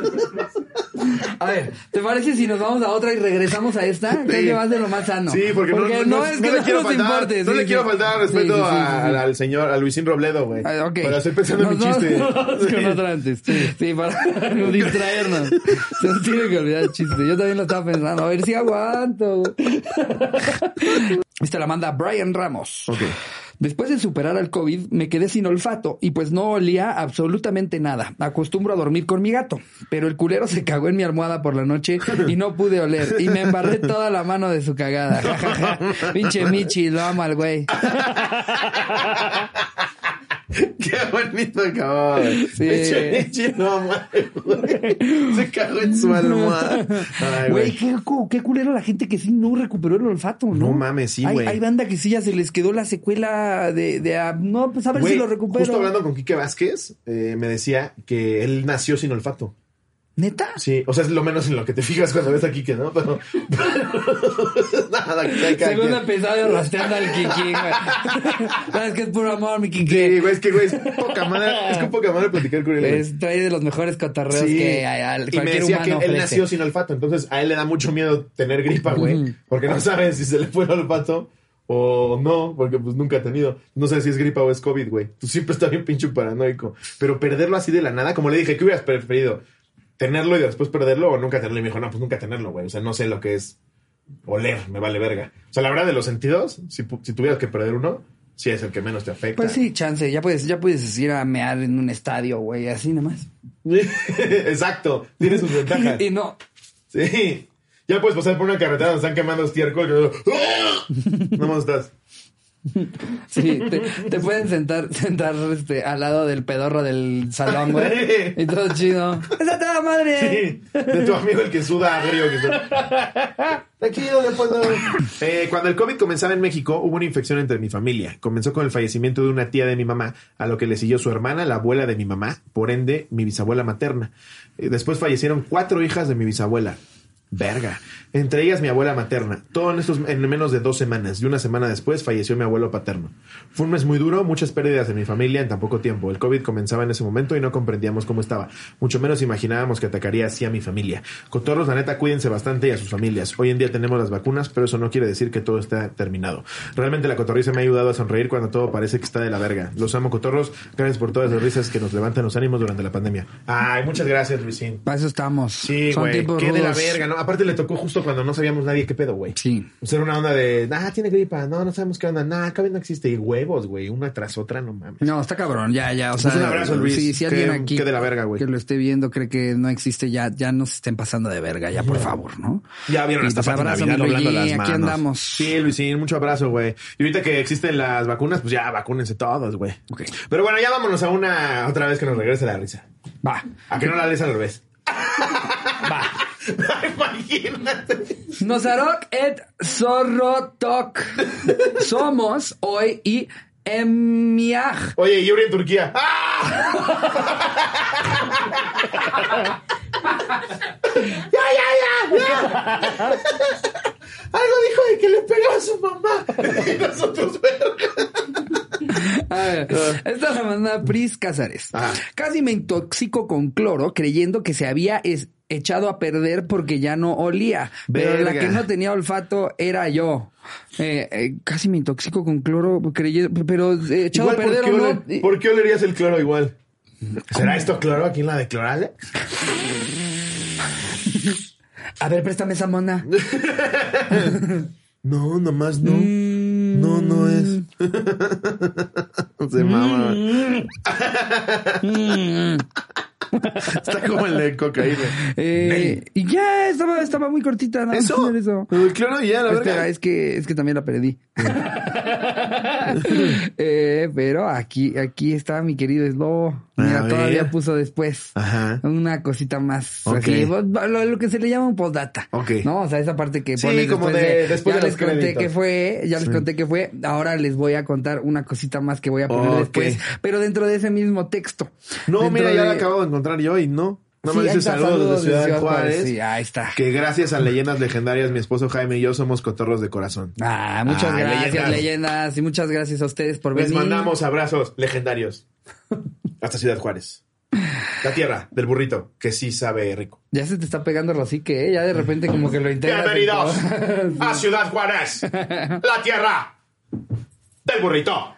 S1: A ver, ¿te parece si nos vamos a otra y regresamos a esta? Creo que va a ser lo más sano.
S2: Sí, porque no es que
S1: no
S2: le quiero
S1: nos
S2: faltar,
S1: importe.
S2: no le quiero faltar al respeto
S1: Sí.
S2: al señor, a Luisín Robledo, güey.
S1: Okay.
S2: Pero estoy pensando en mi chiste.
S1: Con otra antes. Sí, para distraernos. Se nos tiene que olvidar el chiste. Yo también lo estaba pensando. A ver si aguanto. Esta la manda Brian Ramos.
S2: Ok.
S1: Después de superar al COVID, me quedé sin olfato y pues no olía absolutamente nada. Acostumbro a dormir con mi gato, pero el culero se cagó en mi almohada por la noche y no pude oler. Y me embarré toda la mano de su cagada. Ja, ja, ja. Pinche Michi, lo amo al güey.
S2: Qué bonito acabó.
S1: Sí.
S2: Michi, no, madre. Se cagó en su almohada. Ay,
S1: güey, qué culero la gente que sí no recuperó el olfato, ¿no?
S2: No mames, sí, güey.
S1: Hay banda que sí ya se les quedó la secuela no, pues a ver si lo recupero.
S2: Justo hablando con Quique Vázquez, me decía que él nació sin olfato.
S1: ¿Neta?
S2: Sí, o sea, es lo menos en lo que te fijas cuando ves a Quique, ¿no? Pero nada,
S1: segundo episodio rastreando al Kiki, güey. Sabes que es puro amor, mi Kiki.
S2: Sí, güey, es que es poca madre platicar con él.
S1: Es trae de los mejores cotorreos que hay,
S2: y me decía que él nació sin olfato, entonces a él le da mucho miedo tener gripa, güey, porque no sabe si se le fue el olfato o no, porque pues nunca ha tenido. No sé si es gripa o es COVID, güey. Tú siempre estás bien pinche paranoico. Pero perderlo así de la nada, como le dije, ¿qué hubieras preferido? ¿Tenerlo y después perderlo o nunca tenerlo? Y me dijo, no, pues nunca tenerlo, güey. O sea, no sé lo que es oler, me vale verga. O sea, la verdad de los sentidos, si tuvieras que perder uno, sí es el que menos te afecta.
S1: Pues sí, chance, ya puedes ir a mear en un estadio, güey, así nomás.
S2: Exacto, tiene sus ventajas.
S1: Y no.
S2: Sí. Ya puedes pasar por una carretera donde están quemando estiércol. ¿Cómo estás?
S1: Sí, te pueden sentar al lado del pedorro del salón, güey. Y todo chido. ¡Esa toda madre!
S2: Sí, de tu amigo el que suda agrio. Tranquilo, después no. Cuando el COVID comenzaba en México, hubo una infección entre mi familia. Comenzó con el fallecimiento de una tía de mi mamá, a lo que le siguió su hermana, la abuela de mi mamá, por ende, mi bisabuela materna. Después fallecieron 4 hijas de mi bisabuela. Verga. Entre ellas mi abuela materna. Todo en menos de 2 semanas. Y una semana después falleció mi abuelo paterno. Fue un mes muy duro, muchas pérdidas en mi familia en tan poco tiempo. El COVID comenzaba en ese momento y no comprendíamos cómo estaba. Mucho menos imaginábamos que atacaría así a mi familia. Cotorros, la neta, cuídense bastante y a sus familias. Hoy en día tenemos las vacunas, pero eso no quiere decir que todo está terminado. Realmente la cotorriza me ha ayudado a sonreír cuando todo parece que está de la verga. Los amo, cotorros. Gracias por todas las risas que nos levantan los ánimos durante la pandemia. Ay, muchas gracias, Luisín.
S1: Para eso estamos.
S2: Sí, güey. Qué de la verga, ¿no? no, aparte le tocó justo cuando no sabíamos nadie qué pedo, güey.
S1: Sí.
S2: O sea, era una onda de, tiene gripa, no sabemos qué onda, acá no existe. Y huevos, güey, una tras otra, no mames.
S1: No, está cabrón, ya, o sea.
S2: Un abrazo, Luis.
S1: Si alguien aquí
S2: que de la verga, güey,
S1: que lo esté viendo cree que no existe, ya no se estén pasando de verga, ya, por favor, ¿no?
S2: Ya vieron esta Pati Navidad doblando las manos.
S1: Aquí andamos.
S2: Sí, Luisín, mucho abrazo, güey. Y ahorita que existen las vacunas, pues ya vacúnense todos, güey.
S1: Okay.
S2: Pero bueno, ya vámonos a una otra vez que nos regrese la risa.
S1: Va.
S2: A que no la lees al revés.
S1: Va.
S2: Imagínate.
S1: Nosarok et Zorrotok. Somos hoy y Emiaj.
S2: Oye, Yuri en Turquía. ¡Ya! Algo dijo de que le pegaba a su mamá. Y nosotros,
S1: A ver, esta la manda Pris Cázares. Casi me intoxico con cloro creyendo que se había echado a perder porque ya no olía. Pero la que no tenía olfato era yo. Casi me intoxico con cloro creyendo, pero echado
S2: igual,
S1: a perder o no.
S2: ¿Por qué olerías el cloro igual? ¿Será esto cloro aquí en la de Cloralex?
S1: A ver, préstame esa mona.
S2: No, nomás no. No es. Se mama. Está como el de cocaína.
S1: Y ya estaba muy cortita. ¿No?
S2: Eso. El cloro ya, la verdad.
S1: Es que también la perdí. Pero aquí está mi querido Slobo. Mira, todavía puso después una cosita más.
S2: Okay.
S1: Así, lo que se le llama un postdata.
S2: Okay.
S1: ¿No? O sea, esa parte que
S2: sí,
S1: pones
S2: como después
S1: ya
S2: de
S1: les conté que fue, les conté que fue. Ahora les voy a contar una cosita más que voy a poner después, pero dentro de ese mismo texto.
S2: No, mira, ya la acabo de encontrar yo y no. No me dice saludos de Ciudad Juárez.
S1: Sí, ahí está.
S2: Que gracias a Leyendas Legendarias, mi esposo Jaime y yo somos cotorros de corazón.
S1: Muchas gracias, leyendas. Y muchas gracias a ustedes por venir.
S2: Les mandamos abrazos legendarios. Hasta Ciudad Juárez. La tierra del burrito, que sí sabe rico.
S1: Ya se te está pegando Rosique, ¿eh? Ya de repente como que lo integras.
S2: Bienvenidos a Ciudad Juárez. La tierra del burrito.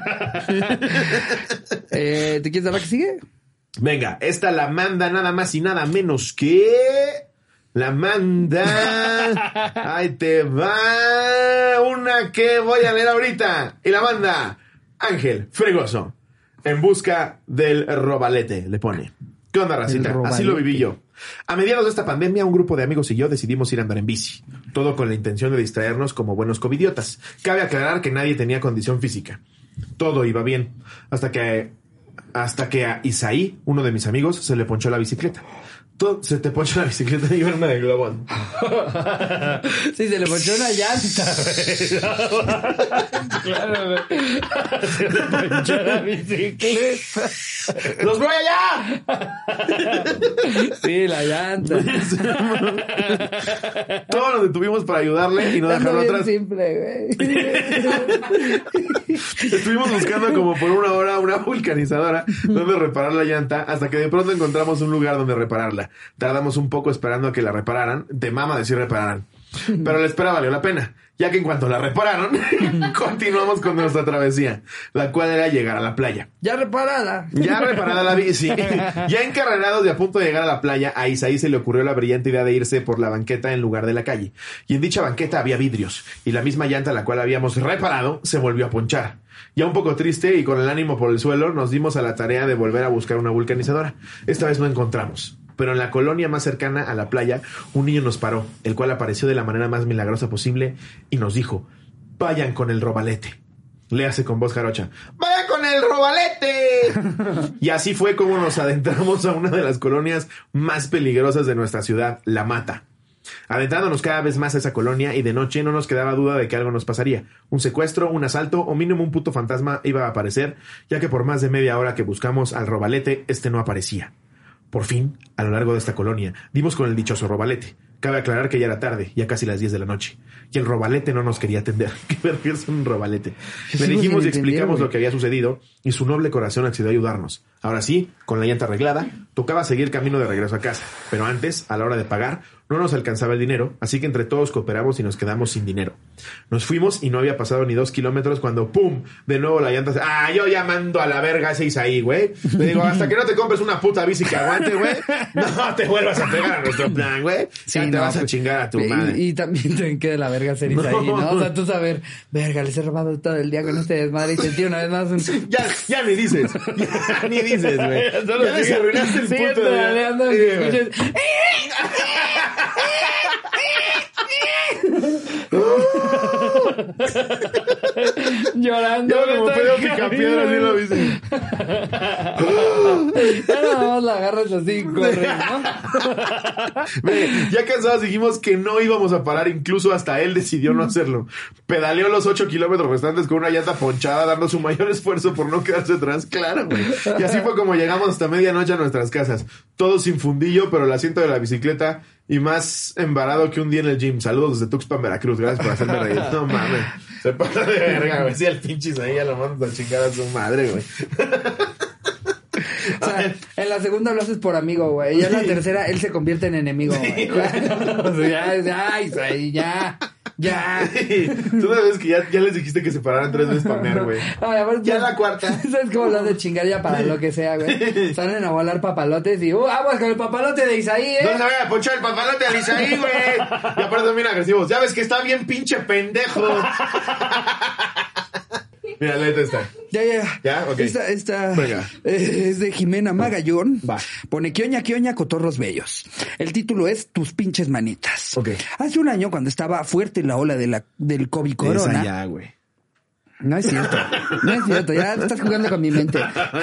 S1: ¿Te quieres dar la que sigue?
S2: Venga, esta la manda nada más y nada menos que... La manda... Ahí te va... Una que voy a leer ahorita. Y la manda... Ángel Fregoso. En busca del robalete, le pone. ¿Qué onda, racita? Así lo viví yo. A mediados de esta pandemia, un grupo de amigos y yo decidimos ir a andar en bici. Todo con la intención de distraernos como buenos covidiotas. Cabe aclarar que nadie tenía condición física. Todo iba bien. Hasta que a Isaí, uno de mis amigos, se le ponchó la bicicleta. Se te ponchó la bicicleta y iba en una de globón.
S1: Sí, se le ponchó una llanta, güey. Claro, güey. Se le ponchó la bicicleta.
S2: ¡Los voy allá!
S1: Sí, la llanta.
S2: Todos nos detuvimos para ayudarle y no dejarlo atrás.
S1: Simple, güey.
S2: Estuvimos buscando como por una hora una vulcanizadora donde reparar la llanta hasta que de pronto encontramos un lugar donde repararla. Tardamos un poco esperando a que la repararan. Te mama decir repararan. Pero la espera valió la pena, ya que en cuanto la repararon, continuamos con nuestra travesía, la cual era llegar a la playa.
S1: Ya reparada
S2: la bici. Ya encarrerados y a punto de llegar a la playa, a Isaí se le ocurrió la brillante idea de irse por la banqueta en lugar de la calle. Y en dicha banqueta había vidrios, y la misma llanta la cual habíamos reparado se volvió a ponchar. Ya un poco triste y con el ánimo por el suelo, nos dimos a la tarea de volver a buscar una vulcanizadora. Esta vez no encontramos. Pero en la colonia más cercana a la playa, un niño nos paró, el cual apareció de la manera más milagrosa posible y nos dijo: vayan con el robalete. Léase con voz jarocha: ¡vayan con el robalete! Y así fue como nos adentramos a una de las colonias más peligrosas de nuestra ciudad, La Mata. Adentrándonos cada vez más a esa colonia y de noche no nos quedaba duda de que algo nos pasaría. Un secuestro, un asalto o mínimo un puto fantasma iba a aparecer, ya que por más de media hora que buscamos al robalete, este no aparecía. Por fin, a lo largo de esta colonia, dimos con el dichoso robalete. Cabe aclarar que ya era tarde, ya casi las 10 de la noche. Y el robalete no nos quería atender. ¿Qué verga es un robalete? Le dijimos y explicamos lo que había sucedido y su noble corazón accedió a ayudarnos. Ahora sí, con la llanta arreglada, tocaba seguir camino de regreso a casa. Pero antes, a la hora de pagar, No nos alcanzaba el dinero, así que entre todos cooperamos y nos quedamos sin dinero. Nos fuimos y no había pasado ni 2 kilómetros cuando ¡pum! De nuevo la llanta... yo ya mando a la verga ese Isaí, güey. Le digo, hasta que no te compres una puta bici que aguante, güey, no te vuelvas a pegar a nuestro plan, güey. Sí, ya te vas a chingar a tu madre.
S1: Y también te queda la verga ser Isaí, ¿no? O sea, tú saber, verga, les he robado todo el día con este desmadre y sentir una vez más
S2: Ya ni dices. Ya ni dices, güey. Ya les arruinaste el puto día.
S1: Llorando.
S2: Yo como pedo picapiedra así lo viste.
S1: Ya nada más la agarras así, corre, ¿no?
S2: Ya cansados dijimos que no íbamos a parar, incluso hasta él decidió no hacerlo. Pedaleó los 8 kilómetros restantes con una llanta ponchada, dando su mayor esfuerzo por no quedarse atrás, claro, güey. Y así fue como llegamos hasta medianoche a nuestras casas. Todos sin fundillo, pero el asiento de la bicicleta y más embarado que un día en el gym. Saludos desde Tuxpan, Veracruz. Gracias por hacerme reír. No mames. Se pasa de verga, güey. Sí, el pinche ahí ya lo mandas a chingar a su madre, güey.
S1: O sea, en la segunda lo haces por amigo, güey. Y en la tercera él se convierte en enemigo, güey. Sí, o sea, ya.
S2: Tú sabes que ya les dijiste que se pararan 3 veces para mear, güey. Ya la cuarta.
S1: ¿Sabes cómo lo has de chingar ya para lo que sea, güey? Salen a volar papalotes y aguas con el papalote de Isaí, ¿eh?
S2: No se vaya a ponchar el papalote de Isaí, güey. Y aparte son bien agresivos. Ya ves que está bien pinche pendejo. Mira, léete esta.
S1: Ya,
S2: ok.
S1: Esta es de Jimena Magallón. Va. Pone Quioña, cotorros bellos. El título es Tus pinches manitas.
S2: Ok.
S1: Hace un año, cuando estaba fuerte la ola del COVID corona.
S2: Esa ya, güey.
S1: No es cierto, ya estás jugando con mi mente.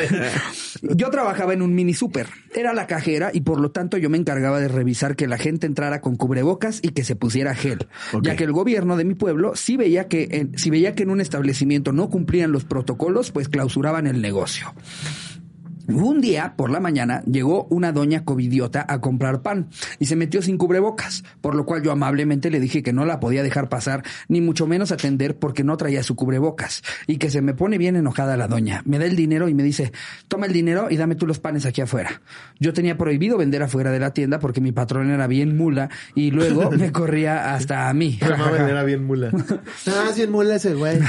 S1: Yo trabajaba en un mini súper, era la cajera y por lo tanto yo me encargaba de revisar que la gente entrara con cubrebocas y que se pusiera gel, ya que el gobierno de mi pueblo sí veía que en un establecimiento no cumplían los protocolos, pues clausuraban el negocio. Un día, por la mañana, llegó una doña covidiota a comprar pan y se metió sin cubrebocas, por lo cual yo amablemente le dije que no la podía dejar pasar, ni mucho menos atender porque no traía su cubrebocas, y que se me pone bien enojada la doña. Me da el dinero y me dice, toma el dinero y dame tú los panes aquí afuera. Yo tenía prohibido vender afuera de la tienda porque mi patrón era bien mula y luego me corría hasta a mí.
S2: Mi mamá era bien mula.
S1: Es bien mula ese güey.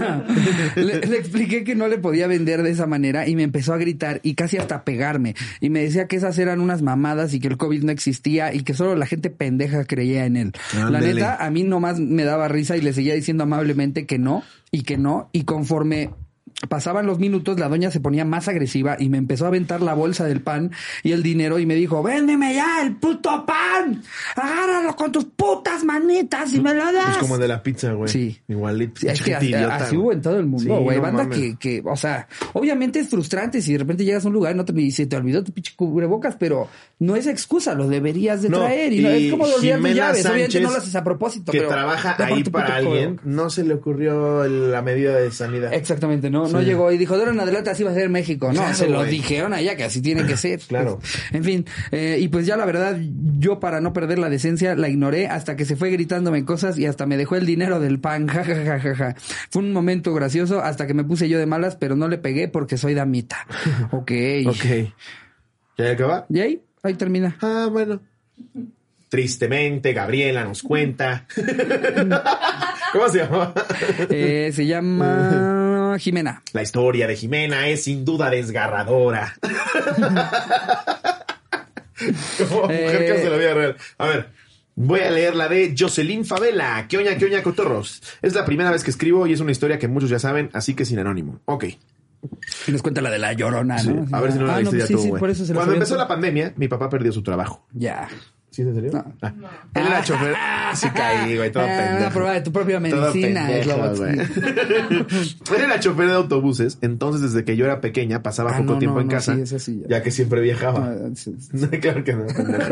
S1: Le expliqué que no le podía vender de esa manera y me empezó a gritar y casi hasta pegarme. Y me decía que esas eran unas mamadas y que el COVID no existía y que solo la gente pendeja creía en él. La neta, a mí nomás me daba risa y le seguía diciendo amablemente que no. Y conforme pasaban los minutos, la doña se ponía más agresiva y me empezó a aventar la bolsa del pan y el dinero y me dijo, véndeme ya el puto pan, agárralo con tus putas manitas y me lo das.
S2: Es como de la pizza, güey.
S1: Sí.
S2: Igualito.
S1: Sí, es que así hubo en todo el mundo, güey. Sí, banda que, o sea, obviamente es frustrante si de repente llegas a un lugar y se te olvidó tu pinche cubrebocas, pero no es excusa, lo deberías de traer. Y no, es como de olvidar tus llaves.
S2: Sánchez,
S1: obviamente no lo haces a propósito.
S2: Que
S1: pero
S2: trabaja ahí para alguien, no se le ocurrió la medida de sanidad.
S1: Exactamente, no llegó y dijo, de ahora en adelante así va a ser México. No, claro, se lo dijeron allá que así tiene que ser.
S2: Claro.
S1: En fin, y pues ya la verdad, yo para no perder la decencia, la ignoré hasta que se fue gritándome cosas y hasta me dejó el dinero del pan. Ja, ja, ja, ja, ja. Fue un momento gracioso hasta que me puse yo de malas, pero no le pegué porque soy damita. Ok.
S2: ¿Ya acaba?
S1: ¿Y ahí termina.
S2: Ah, bueno. Tristemente, Gabriela nos cuenta. ¿Cómo se llama?
S1: Se llama Jimena.
S2: La historia de Jimena es sin duda desgarradora. Como mujer que hace la vida real. A ver, voy a leer la de Jocelyn Favela. ¿Qué oña, cotorros? Es la primera vez que escribo y es una historia que muchos ya saben, así que sin anónimo. Ok.
S1: Y nos cuenta la de la Llorona,
S2: sí.
S1: ¿no?
S2: A ver si no la viste ya tú, güey.
S1: Por eso
S2: Cuando empezó la pandemia, mi papá perdió su trabajo.
S1: Ya.
S2: ¿Sí, en serio?
S1: No.
S2: Él era chofer. Sí caí, güey, todo pendejo.
S1: Una prueba de tu propia medicina.
S2: Él era chofer de autobuses, entonces desde que yo era pequeña pasaba poco tiempo en casa,
S1: sí,
S2: ya que siempre viajaba. Claro que no, pendejo.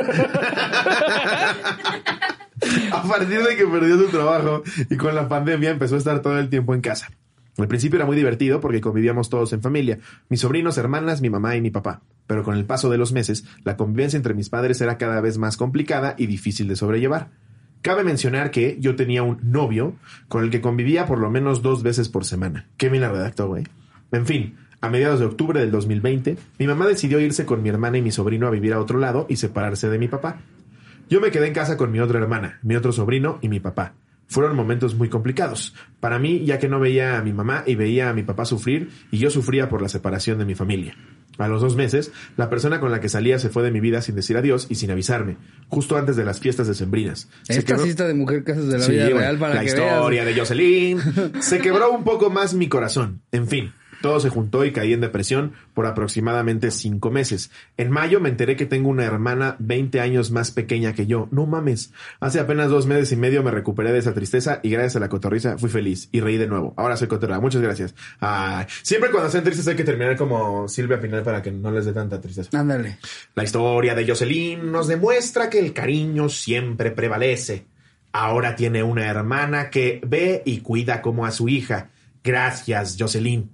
S2: A partir de que perdió su trabajo y con la pandemia empezó a estar todo el tiempo en casa. Al principio era muy divertido porque convivíamos todos en familia, mis sobrinos, hermanas, mi mamá y mi papá. Pero con el paso de los meses, la convivencia entre mis padres era cada vez más complicada y difícil de sobrellevar. Cabe mencionar que yo tenía un novio con el que convivía por lo menos 2 veces por semana. Qué bien la redactó, güey. En fin, a mediados de octubre del 2020, mi mamá decidió irse con mi hermana y mi sobrino a vivir a otro lado y separarse de mi papá. Yo me quedé en casa con mi otra hermana, mi otro sobrino y mi papá. Fueron momentos muy complicados para mí, ya que no veía a mi mamá y veía a mi papá sufrir, y yo sufría por la separación de mi familia. A los 2 meses, la persona con la que salía se fue de mi vida sin decir adiós y sin avisarme, justo antes de las fiestas decembrinas.
S1: Esta cita de Mujer Casos de la vida real para
S2: la
S1: que
S2: historia
S1: veas.
S2: de Jocelyn. Se quebró un poco más mi corazón. En fin, todo se juntó y caí en depresión por aproximadamente 5 meses. En mayo me enteré que tengo una hermana 20 años más pequeña que yo. No mames. Hace apenas 2 meses y medio me recuperé de esa tristeza y gracias a la cotorriza fui feliz y reí de nuevo. Ahora soy cotorra. Muchas gracias. Ay, siempre cuando sean tristes hay que terminar como Silvia Pinal para que no les dé tanta tristeza.
S1: Ándale.
S2: La historia de Jocelyn nos demuestra que el cariño siempre prevalece. Ahora tiene una hermana que ve y cuida como a su hija. Gracias, Jocelyn.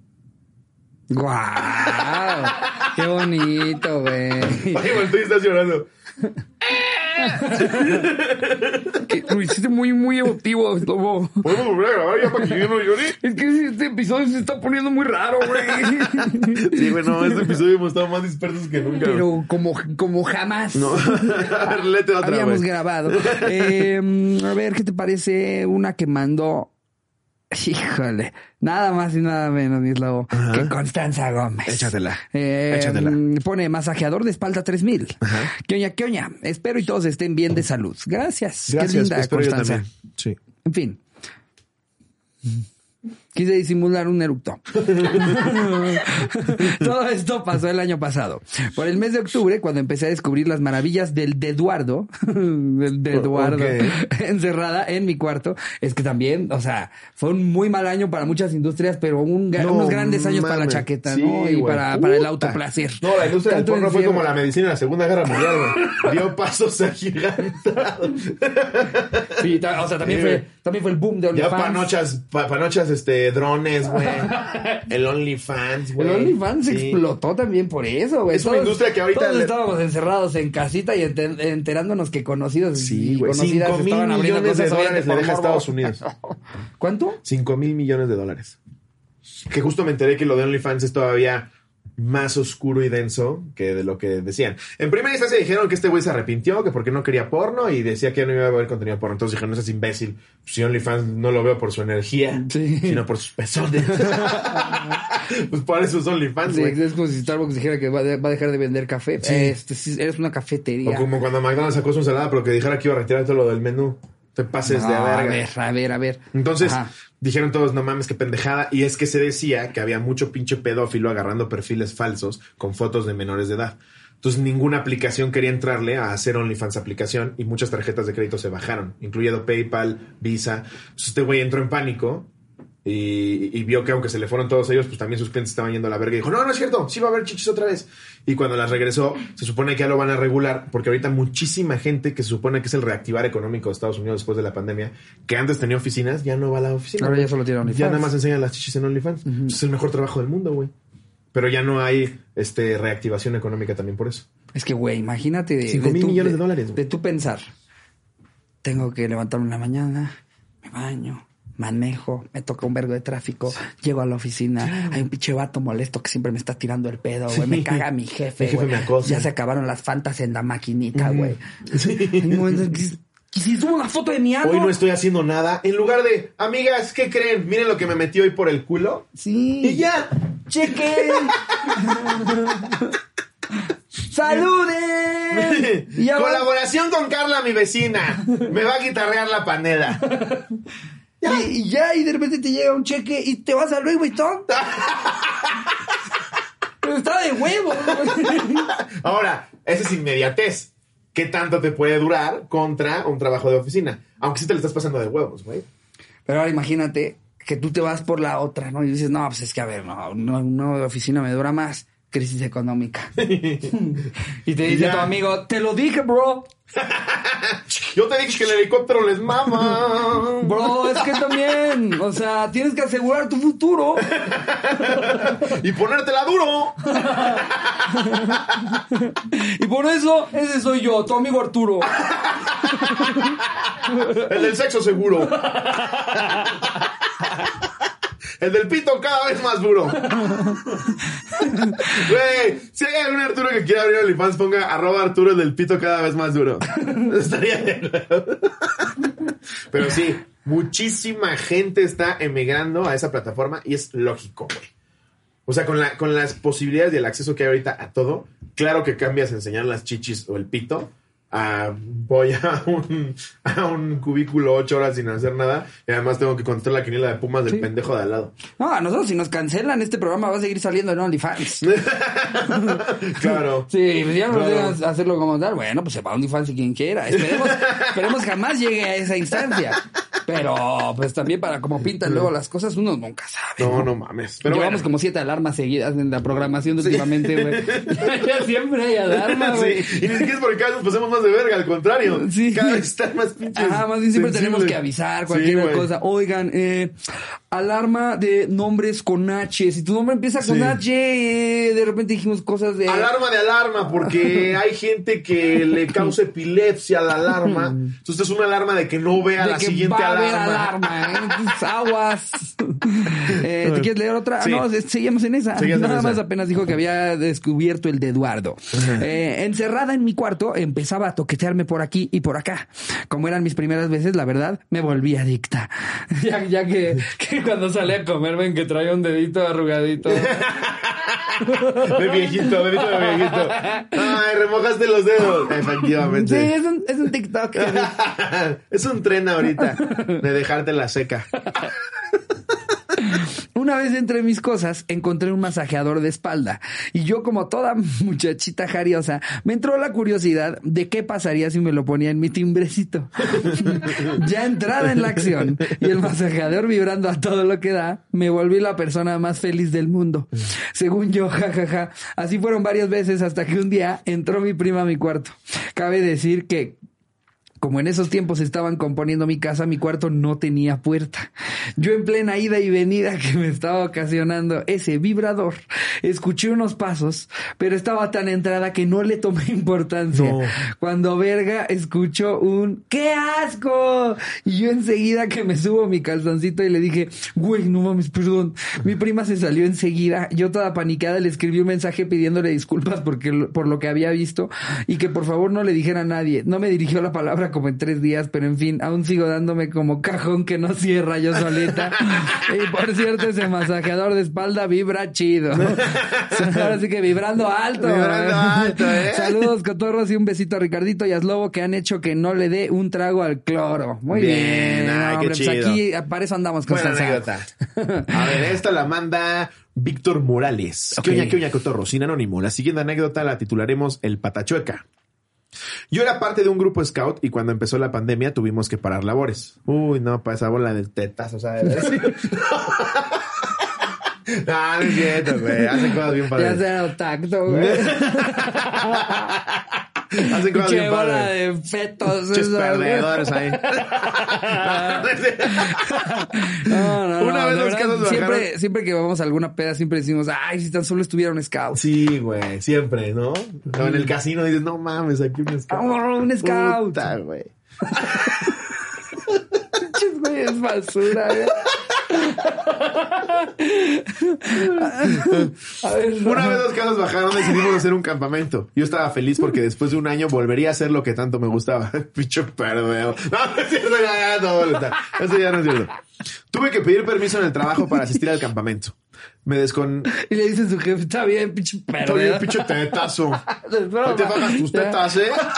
S1: ¡Guau! ¡Qué bonito, güey!
S2: Oye, tú estás llorando.
S1: Lo hiciste muy, muy emotivo, Lobo.
S2: ¿Podemos volver a grabar ya para que yo no llore?
S1: Es que este episodio se está poniendo muy raro, güey.
S2: Sí, bueno, este episodio hemos estado más dispersos que nunca.
S1: Pero como jamás.
S2: No. A ver, léete otra,
S1: habíamos
S2: güey.
S1: grabado. A ver, ¿qué te parece una que mandó? Híjole, nada más y nada menos, mi Lobo, que Constanza Gómez.
S2: Échatela. Échatela.
S1: Pone masajeador de espalda 3000. ¿Qué oña? Espero y todos estén bien de salud. Gracias. Qué linda,
S2: espero yo
S1: Constanza.
S2: también. Sí.
S1: En fin. Quise disimular un eructo. Todo esto pasó el año pasado. Por el mes de octubre, cuando empecé a descubrir las maravillas del Eduardo, encerrada en mi cuarto, es que también, o sea, fue un muy mal año para muchas industrias, pero unos grandes años para la chaqueta,
S2: sí,
S1: ¿no? Y
S2: güey.
S1: para el autoplacer.
S2: No, la industria del
S1: Tanto
S2: porno fue
S1: encierro.
S2: como la medicina en la Segunda Guerra Mundial, güey. Dio pasos agigantados.
S1: Sí, o sea, también fue el boom de
S2: Ya
S1: OnlyFans.
S2: panochas, drones, güey. El OnlyFans, güey.
S1: El OnlyFans
S2: Sí.
S1: explotó también por eso, güey.
S2: Es una industria que ahorita
S1: todos estábamos encerrados en casita y enterándonos que conocidos
S2: Sí,
S1: y
S2: güey.
S1: conocidas
S2: 5,000
S1: estaban abriendo
S2: millones de
S1: cosas
S2: dólares le
S1: por
S2: deja a
S1: morbo.
S2: Estados Unidos.
S1: ¿Cuánto?
S2: 5,000 millones de dólares. Que justo me enteré que lo de OnlyFans es todavía más oscuro y denso que de lo que decían. En primera instancia dijeron que este güey se arrepintió, que porque no quería porno y decía que ya no iba a haber contenido porno. Entonces dijeron, no seas imbécil. Si OnlyFans no lo veo por su energía, sino por sus pezones. Pues por eso es OnlyFans,
S1: Sí,
S2: güey.
S1: es como si Starbucks dijera que va a dejar de vender café.
S2: Sí.
S1: Sí, eres una cafetería.
S2: O como cuando McDonald's sacó su ensalada, pero que dijera que iba a retirar todo lo del menú. Te pases de
S1: A
S2: verga.
S1: ver.
S2: Entonces,
S1: Ajá.
S2: dijeron todos, no mames, qué pendejada. Y es que se decía que había mucho pinche pedófilo agarrando perfiles falsos con fotos de menores de edad. Entonces, ninguna aplicación quería entrarle a hacer OnlyFans aplicación y muchas tarjetas de crédito se bajaron, incluyendo PayPal, Visa. Entonces, este güey entró en pánico y vio que aunque se le fueron todos ellos, pues también sus clientes estaban yendo a la verga y dijo, no es cierto, sí va a haber chichis otra vez. Y cuando las regresó, se supone que ya lo van a regular, porque ahorita muchísima gente que se supone que es el reactivar económico de Estados Unidos después de la pandemia, que antes tenía oficinas, ya no va a la oficina.
S1: Ahora ya solo tiene OnlyFans.
S2: Ya nada más enseñan las chichis en OnlyFans. Es el mejor trabajo del mundo, güey. Pero ya no hay reactivación económica también por eso.
S1: Es que, güey, imagínate
S2: 5,000 millones de dólares, güey.
S1: De tú pensar, tengo que levantarme en la mañana, me baño, manejo, me toca un vergo de tráfico, llego a la oficina, hay un pinche vato molesto que siempre me está tirando el pedo, güey, me caga mi jefe,
S2: Mi jefe
S1: güey.
S2: me acosa.
S1: Ya se acabaron las fantas en la maquinita, güey. Hay momentos que si subo una foto de mi ano.
S2: Hoy no estoy haciendo nada. En lugar de, amigas, ¿qué creen? Miren lo que me metí hoy por el culo.
S1: Sí.
S2: Y ya.
S1: ¡Chequen! ¡Saluden! Y ya
S2: Colaboración con Carla, mi vecina. Me va a guitarrear la panera.
S1: Y de repente te llega un cheque y te vas a Louis Vuitton. Pero está de huevo.
S2: Ahora, esa es inmediatez. ¿Qué tanto te puede durar contra un trabajo de oficina? Aunque sí te le estás pasando de huevos, güey.
S1: Pero ahora imagínate que tú te vas por la otra, ¿no? Y dices, no, pues es que a ver, una oficina me dura más. Crisis económica. Y te dice tu amigo, te lo dije, bro.
S2: Yo te dije que el helicóptero les mama.
S1: Bro, es que también, o sea, tienes que asegurar tu futuro.
S2: Y ponértela duro.
S1: Y por eso, ese soy yo, tu amigo Arturo.
S2: El del sexo seguro. El del pito cada vez más duro. Güey, si hay algún Arturo que quiera abrir OnlyFans, ponga @Arturo el del pito cada vez más duro. Estaría bien. Pero sí, muchísima gente está emigrando a esa plataforma y es lógico, güey. O sea, con las posibilidades y el acceso que hay ahorita a todo, claro que cambias a enseñar las chichis o el pito voy a un cubículo 8 horas sin hacer nada y además tengo que contar la quiniela de Pumas del pendejo de al lado.
S1: No, a nosotros si nos cancelan este programa va a seguir saliendo en OnlyFans.
S2: Claro.
S1: Sí, pues ya no podemos hacerlo como tal. Bueno, pues se va a OnlyFans y quien quiera. Esperemos jamás llegue a esa instancia. Pero pues también para como pintan luego las cosas uno nunca sabe.
S2: No mames.
S1: Pero llevamos como 7 alarmas seguidas en la programación de últimamente, güey. Ya siempre hay alarma, güey.
S2: Sí. Y ni siquiera es porque cada vez nos pasemos más de verga, al contrario. Sí. Cada vez están más pinches.
S1: Ajá, más bien siempre tenemos que avisar cualquier cosa. Oigan, alarma de nombres con H. Si tu nombre empieza con H, de repente dijimos cosas de...
S2: Alarma, porque hay gente que le causa epilepsia a la alarma. Entonces es una alarma de que no vea la siguiente alarma.
S1: Entonces, aguas. ¿Te quieres leer otra? Sí. No, seguimos en esa. Nada más apenas dijo que había descubierto el de Eduardo. Encerrada en mi cuarto, empezaba a toquetearme por aquí y por acá. Como eran mis primeras veces, la verdad, me volví adicta. Ya que cuando salí a comer, ven que traía un dedito arrugadito.
S2: De viejito. Ay, remojaste los dedos. Efectivamente.
S1: Sí, es un TikTok.
S2: Es un tren ahorita de dejarte la seca.
S1: Una vez entre mis cosas encontré un masajeador de espalda y yo, como toda muchachita jariosa, me entró la curiosidad de qué pasaría si me lo ponía en mi timbrecito. Ya entrada en la acción y el masajeador vibrando a todo lo que da, me volví la persona más feliz del mundo. Según yo, jajaja. Así fueron varias veces hasta que un día entró mi prima a mi cuarto. Cabe decir que como en esos tiempos estaban componiendo mi casa, mi cuarto no tenía puerta. Yo, en plena ida y venida que me estaba ocasionando ese vibrador, escuché unos pasos, pero estaba tan entrada que no le tomé importancia. No. Cuando verga escucho un ¡qué asco! Y yo enseguida que me subo mi calzoncito y le dije, güey, no mames, perdón. Mi prima se salió enseguida. Yo, toda paniqueada, le escribí un mensaje pidiéndole disculpas por lo que había visto y que por favor no le dijera a nadie. No me dirigió la palabra como en 3 días, pero en fin, aún sigo dándome como cajón que no cierra yo solita. Y por cierto, ese masajeador de espalda vibra chido. Ahora sí que vibrando alto. Saludos, cotorros, y un besito a Ricardito y a Slobo, que han hecho que no le dé un trago al cloro. Muy bien.
S2: Ay, hombre, qué chido.
S1: Pues aquí para eso andamos con
S2: buena anécdota. A ver, esta la manda Víctor Morales. Okay. ¿Qué oña, cotorro? Sin anónimo. La siguiente anécdota la titularemos El Patachueca. Yo era parte de un grupo scout y cuando empezó la pandemia tuvimos que parar labores. Uy, no, para esa bola de tetas, o sea... No, no es cierto, güey. Hacen cosas bien padres.
S1: Ya sea tacto, güey.
S2: Hacen cosas bien
S1: bola de fetos.
S2: Muchos perdedores ahí.
S1: No.
S2: Una vez los casos bajaron.
S1: Siempre que vamos a alguna peda, siempre decimos, ay, si tan solo estuviera un scout.
S2: Sí, güey, siempre, ¿no? No, en el casino dices, no mames, aquí un scout.
S1: Un scout.
S2: Puta, güey.
S1: Güey, es basura, güey.
S2: A ver, una vez los casos bajaron, decidimos hacer un campamento. Yo estaba feliz porque después de un año volvería a hacer lo que tanto me gustaba. Picho perdeo. No es cierto, eso ya no es cierto. Tuve que pedir permiso en el trabajo para asistir al campamento.
S1: Y le dice a su jefe, está bien, pinche perdeo.
S2: Está bien, pinche tetazo. No te bajas tus tetas,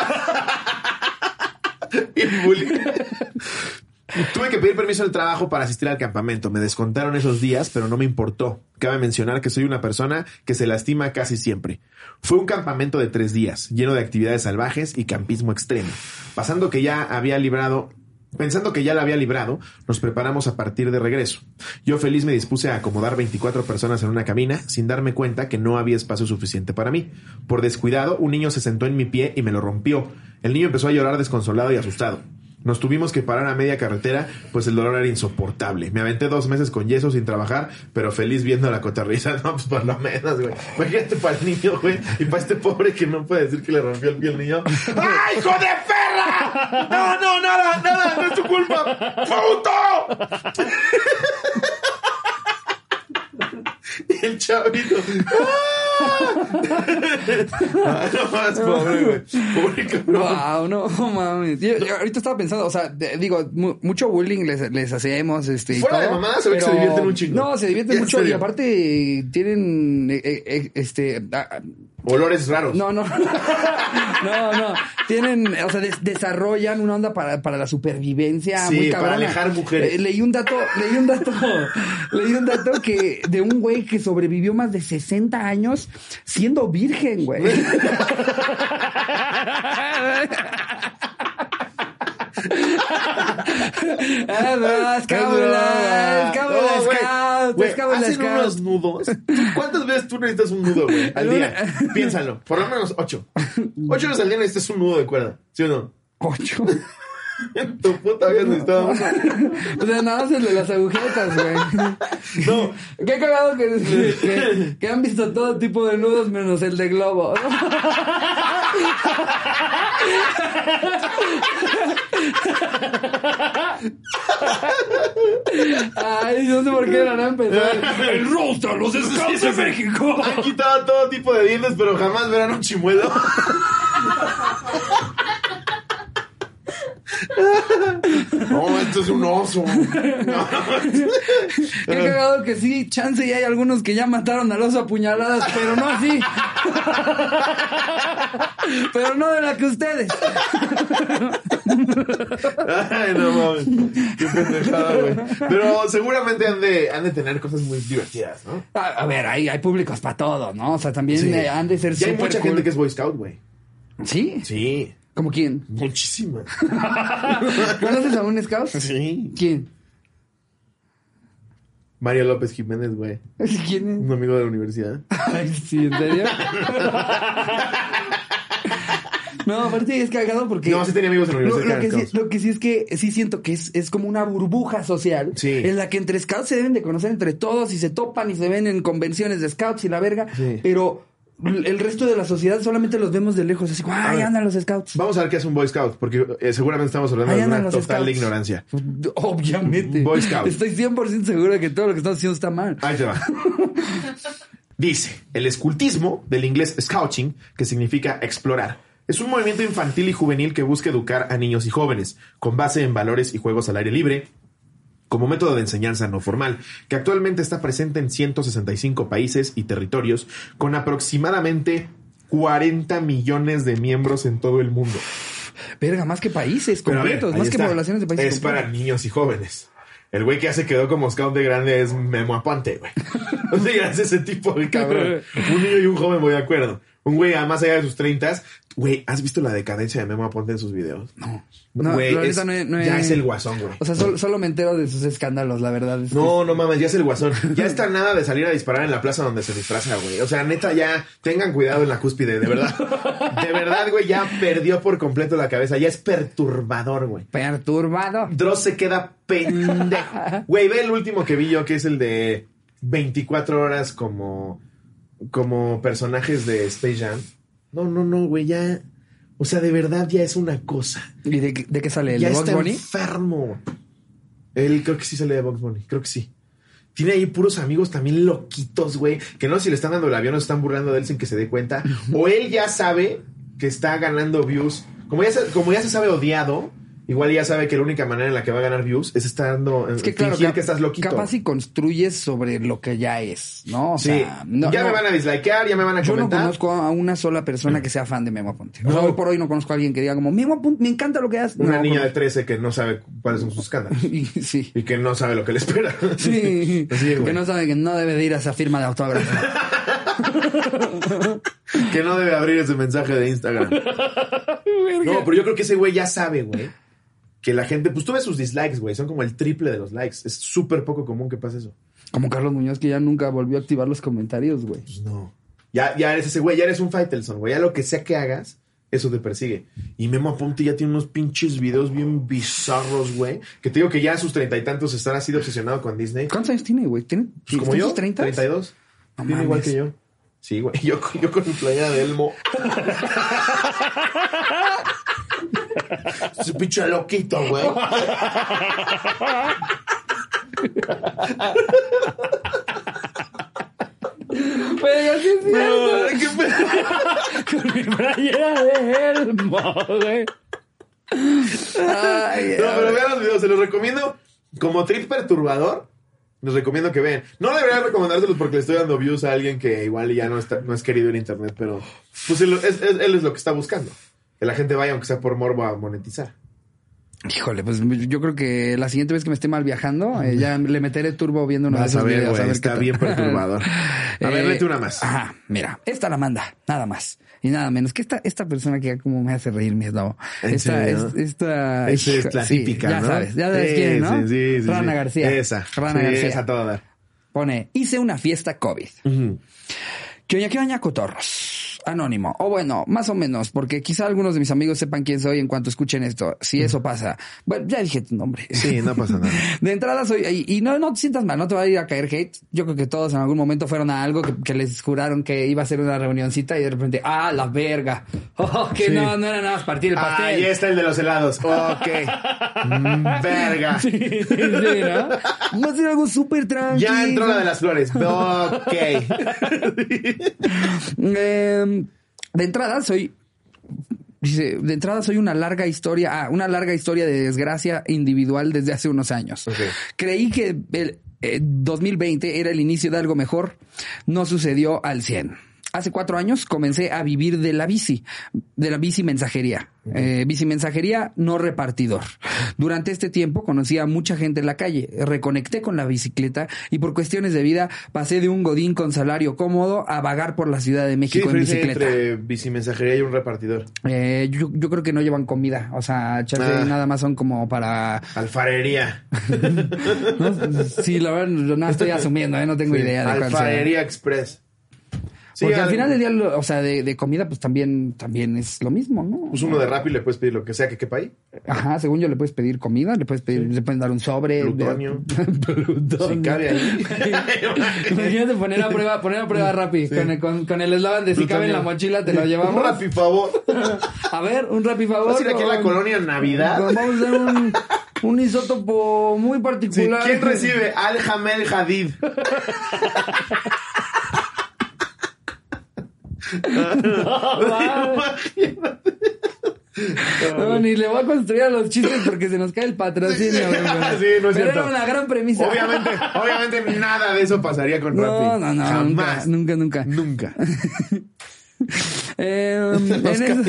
S2: Y el bullying. Tuve que pedir permiso del trabajo para asistir al campamento. Me descontaron esos días, pero no me importó. Cabe mencionar que soy una persona que se lastima casi siempre. Fue un campamento de 3 días, lleno de actividades salvajes y campismo extremo. Pensando que ya la había librado, nos preparamos a partir de regreso. Yo feliz me dispuse a acomodar 24 personas en una cabina, sin darme cuenta que no había espacio suficiente para mí. Por descuidado, un niño se sentó en mi pie y me lo rompió. El niño empezó a llorar desconsolado y asustado. Nos tuvimos que parar a media carretera, pues el dolor era insoportable. Me aventé 2 meses con yeso sin trabajar, pero feliz viendo la cotorriza. No, pues por lo menos, güey. Imagínate para el niño, güey, y para este pobre que no puede decir que le rompió el pie al niño. ¡Ay, hijo de perra! No, nada, no es tu culpa. ¡Puto! el chavito. No más, pobre, güey. Pobre cabrón.
S1: Wow, no mames. Yo ahorita estaba pensando, o sea, digo, mucho bullying les hacemos,
S2: Fuera
S1: todo,
S2: de mamá, se ve que se divierten un chingo.
S1: No, se divierten mucho y aparte tienen,
S2: olores raros.
S1: No. Tienen, o sea, desarrollan una onda para la supervivencia muy cabrona.
S2: Para alejar mujeres.
S1: Leí un dato que de un güey que sobrevivió más de 60 años siendo virgen, güey.
S2: Hacen unos nudos. ¿Cuántas veces tú necesitas un nudo, güey? Al día. Piénsalo. Por lo menos 8. 8 veces al día necesitas un nudo de cuerda. ¿Sí o no?
S1: 8.
S2: En tu puta vida necesitábamos.
S1: O sea, nada más el de las agujetas, güey.
S2: No.
S1: Qué cagado que han visto todo tipo de nudos menos el de globo. Ay, no sé por qué van a empezar. El roast a los Scouts de México.
S2: Han quitado todo tipo de dientes, pero jamás verán un chimuelo. No, esto es un oso. No.
S1: Qué cagado que sí, chance y hay algunos que ya mataron al oso a puñaladas, pero no así. Pero no de la que ustedes.
S2: Ay, no mames. Qué pendejada, güey. Pero seguramente han de tener cosas muy divertidas, ¿no?
S1: A ver, hay públicos para todo, ¿no? O sea, también han de ser
S2: súper. Y hay mucha gente que es Boy Scout, güey.
S1: ¿Sí?
S2: Sí.
S1: ¿Cómo quién?
S2: Muchísima.
S1: ¿Conoces a un scout?
S2: Sí.
S1: ¿Quién?
S2: Mario López Jiménez, güey.
S1: ¿Quién es?
S2: Un amigo de la universidad.
S1: Ay, sí, ¿en serio? No, aparte es cagado porque...
S2: No, sí tenía amigos en la universidad.
S1: Lo que sí es que sí siento que es como una burbuja social en la que entre scouts se deben de conocer entre todos y se topan y se ven en convenciones de scouts y la verga, pero... El resto de la sociedad solamente los vemos de lejos, así como, ¡ay, andan los scouts!
S2: Vamos a ver qué es un Boy Scout, porque seguramente estamos hablando de una total ignorancia.
S1: Obviamente.
S2: Boy Scout.
S1: Estoy 100% seguro de que todo lo que estamos haciendo está mal.
S2: Ahí te va. Dice, el escultismo, del inglés scouting, que significa explorar, es un movimiento infantil y juvenil que busca educar a niños y jóvenes, con base en valores y juegos al aire libre, como método de enseñanza no formal, que actualmente está presente en 165 países y territorios, con aproximadamente 40 millones de miembros en todo el mundo.
S1: Verga, más que países completos, más que poblaciones de países
S2: completos. Es para niños y jóvenes. El güey que ya se quedó como scout de grande es Memo Aponte, güey. O sea, es ese tipo de cabrón. Un niño y un joven, voy de acuerdo. Un güey, más allá de sus 30, güey, ¿has visto la decadencia de Memo Aponte en sus videos?
S1: No.
S2: Güey, ya es el guasón, güey.
S1: O sea, solo me entero de sus escándalos, la verdad.
S2: No mames, ya es el guasón. Ya está nada de salir a disparar en la plaza donde se disfraza, güey. O sea, neta, ya tengan cuidado en la cúspide, de verdad. De verdad, güey, ya perdió por completo la cabeza. Ya es perturbador, güey.
S1: ¿Perturbado?
S2: Dross se queda pendejo. Güey, ve el último que vi yo, que es el de 24 horas como personajes de Space Jam. No, güey, ya... O sea, de verdad ya es una cosa.
S1: ¿Y de qué sale? ¿El
S2: ya
S1: de Bugs Bunny?
S2: Está enfermo. Él creo que sí sale de Bugs Bunny. Creo que sí. Tiene ahí puros amigos también loquitos, güey. Que no sé si le están dando el avión o se están burlando de él sin que se dé cuenta. O él ya sabe que está ganando views. Como ya se sabe odiado... Igual ya sabe que la única manera en la que va a ganar views es estando fingir que estás loquito.
S1: Capaz si construyes sobre lo que ya es, ¿no? O sea,
S2: me van a dislikear, ya me van a comentar.
S1: Yo no conozco a una sola persona que sea fan de Memo Aponte. O sea, hoy por hoy no conozco a alguien que diga como, Memo Aponte, me encanta lo que haces.
S2: Una niña de 13 que no sabe cuáles son sus escándalos. Y que no sabe lo que le espera.
S1: Sí. Que no sabe que no debe de ir a esa firma de autógrafo.
S2: Que no debe abrir ese mensaje de Instagram. No, pero yo creo que ese güey ya sabe, güey. Que la gente, pues tú ves sus dislikes, güey, son como el triple de los likes. Es súper poco común que pase eso.
S1: Como Carlos Muñoz, que ya nunca volvió a activar los comentarios, güey.
S2: Pues no. Ya eres ese güey, ya eres un Faitelson, güey. Ya lo que sea que hagas, eso te persigue. Y Memo Aponte ya tiene unos pinches videos bien bizarros, güey. Que te digo que ya a sus 30 y tantos están así de obsesionado con Disney.
S1: ¿Cuántos años tiene, güey? ¿Tiene
S2: pues como yo?
S1: 30?
S2: 32. No tiene igual que yo. Sí, güey. Yo con mi playera de Elmo. Ese pinche loquito, güey.
S1: Pero sí es cierto. Con mi playera de Elmo, güey.
S2: Ay, no, pero vean los videos, se los recomiendo como trip perturbador. Les recomiendo que vean. No debería recomendárselos porque le estoy dando views a alguien que igual ya no es querido en internet, pero pues él es lo que está buscando. Que la gente vaya, aunque sea por morbo, a monetizar.
S1: Híjole, pues yo creo que la siguiente vez que me esté mal viajando, ya le meteré turbo viendo uno de esos videos.
S2: Güey, está bien perturbador. A ver, vete una más.
S1: Ajá, mira, esta la manda, nada más y nada menos que esta persona que como me hace reír, mi esclavo. Esta es la típica,
S2: ¿no?
S1: Ya sabes quién, ¿no?
S2: Sí,
S1: Rana García.
S2: Rana García. Esa toda.
S1: Pone, hice una fiesta COVID. Kioña cotorros. Anónimo. O bueno, más o menos, porque quizá algunos de mis amigos sepan quién soy en cuanto escuchen esto. Si eso pasa. Bueno, ya dije tu nombre.
S2: Sí, no pasa nada.
S1: De entrada soy... Y no te sientas mal, no te va a ir a caer hate. Yo creo que todos en algún momento fueron a algo que les juraron que iba a ser una reunioncita y de repente, la verga. Que sí. No era nada más partir el pastel.
S2: Ahí está el de los helados. Ok. Verga.
S1: Sí, ¿no? Vamos a hacer algo súper tranquilo.
S2: Ya entró la de las flores. Ok.
S1: De entrada soy una larga historia de desgracia individual desde hace unos años. Okay. Creí que el 2020 era el inicio de algo mejor. No sucedió al 100. Hace 4 años comencé a vivir de la bici mensajería. Bici mensajería, no repartidor. Durante este tiempo conocí a mucha gente en la calle, reconecté con la bicicleta y por cuestiones de vida pasé de un godín con salario cómodo a vagar por la Ciudad de México en bicicleta.
S2: Entre bici mensajería y un repartidor.
S1: Yo creo que no llevan comida, o sea, nada más son como para...
S2: Alfarería.
S1: ¿No? Sí, la verdad, no estoy asumiendo, no tengo idea de cuál sea.
S2: Alfarería Express.
S1: Porque al final del día, o sea, de comida, pues también es lo mismo, ¿no?
S2: Pues uno de Rappi le puedes pedir lo que sea que quepa ahí.
S1: Ajá, según yo le puedes pedir comida, le pueden dar un sobre.
S2: Plutonio. Si cabe ahí.
S1: Imagínate poner a prueba Rappi. Sí. Con el eslogan de si cabe en la mochila, te lo llevamos.
S2: Un Rappi favor.
S1: A ver, un Rappi favor.
S2: Vamos a ir aquí en la colonia Navidad.
S1: Vamos a hacer un isótopo muy particular.
S2: Sí. ¿Quién recibe? Al-Jamel Hadid.
S1: No, ni le voy a construir a los chistes porque se nos cae el patrocinio.
S2: Sí, no es cierto.
S1: Era una gran premisa.
S2: Obviamente nada de eso pasaría con Rappi.
S1: No.
S2: Jamás.
S1: Nunca. En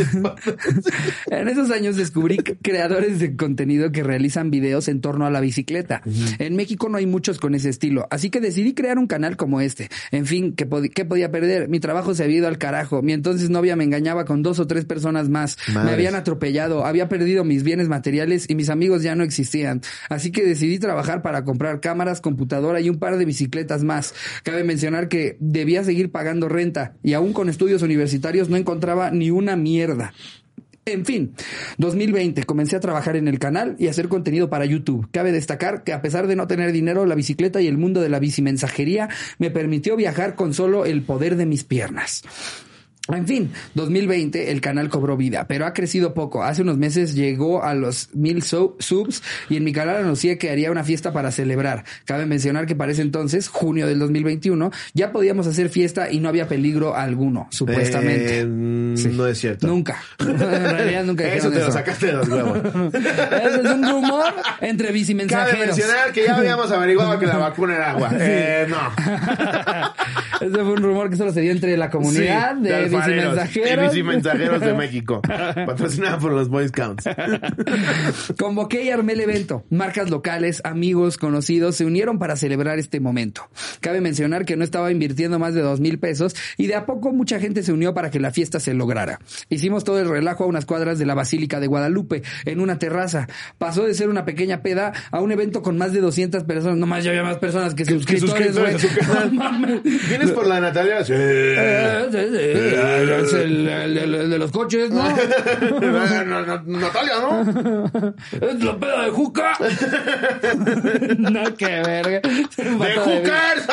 S1: esos años descubrí creadores de contenido que realizan videos en torno a la bicicleta. En México no hay muchos con ese estilo, así que decidí crear un canal como este. En fin, ¿qué podía perder? Mi trabajo se había ido al carajo. Mi entonces novia me engañaba con 2 o 3 personas más. Madres. Me habían atropellado, había perdido mis bienes materiales y mis amigos ya no existían. Así que decidí trabajar para comprar cámaras, computadora y un par de bicicletas más. Cabe mencionar que debía seguir pagando renta y aún con estudios universitarios no encontraba ni una mierda. En fin, 2020 comencé a trabajar en el canal y a hacer contenido para YouTube. Cabe destacar que a pesar de no tener dinero, la bicicleta y el mundo de la bicimensajería me permitió viajar con solo el poder de mis piernas. En fin, 2020 el canal cobró vida, pero ha crecido poco. Hace unos meses llegó a los 1000 subs y en mi canal anuncié que haría una fiesta para celebrar. Cabe mencionar que para ese entonces, junio del 2021, ya podíamos hacer fiesta y no había peligro alguno, supuestamente.
S2: Sí. No es cierto.
S1: Nunca. En realidad nunca dijeron
S2: eso. Te lo sacaste de los huevos.
S1: Eso es un rumor entre bicimensajeros.
S2: Cabe mencionar que ya habíamos averiguado que la vacuna era agua.
S1: No. Ese fue un rumor que solo se dio entre la comunidad de
S2: bicimensajeros de México, patrocinada por los Boy Scouts.
S1: Convoqué y armé el evento. Marcas locales, amigos, conocidos se unieron para celebrar este momento. Cabe mencionar que no estaba invirtiendo más de 2,000 pesos y de a poco mucha gente se unió para que la fiesta se lograra. Hicimos todo el relajo a unas cuadras de la Basílica de Guadalupe, en una terraza. Pasó de ser una pequeña peda a un evento con más de 200 personas. Nomás ya había más personas que suscriptores.
S2: ¿Vienes por la Natalia? Sí.
S1: Es el de los coches, ¿no?
S2: Natalia, ¿no?
S1: Es la peda de Juca. No, qué verga.
S2: ¡De Jucas!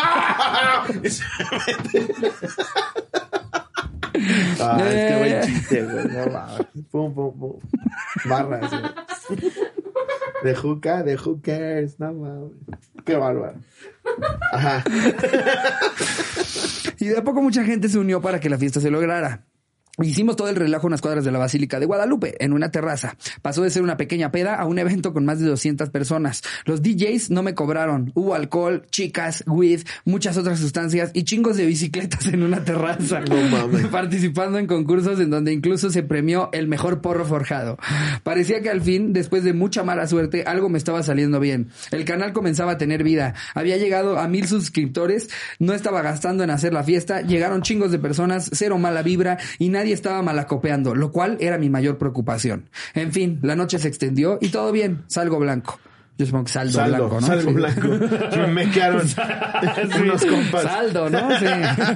S2: Es que buen chiste, güey. No, pum. Barras, güey. De Juca, de Hookers. No, mames. Qué bárbaro. Ajá.
S1: Y de a poco mucha gente se unió para que la fiesta se lograra. Hicimos todo el relajo en las cuadras de la Basílica de Guadalupe, en una terraza. Pasó de ser una pequeña peda a un evento con más de 200 personas. Los DJs no me cobraron. Hubo alcohol, chicas, weed, muchas otras sustancias y chingos de bicicletas en una terraza.
S2: No mames.
S1: Participando en concursos en donde incluso se premió el mejor porro forjado. Parecía que al fin, después de mucha mala suerte, algo me estaba saliendo bien. El canal comenzaba a tener vida. Había llegado a 1,000 suscriptores. No estaba gastando en hacer la fiesta. Llegaron chingos de personas, cero mala vibra y nadie estaba malacopeando, lo cual era mi mayor preocupación. En fin, la noche se extendió y todo bien, salgo blanco. Yo supongo que saldo blanco, ¿no?
S2: Saldo
S1: sí.
S2: Blanco. Me quedaron unos compas.
S1: Saldo, ¿no? Sí.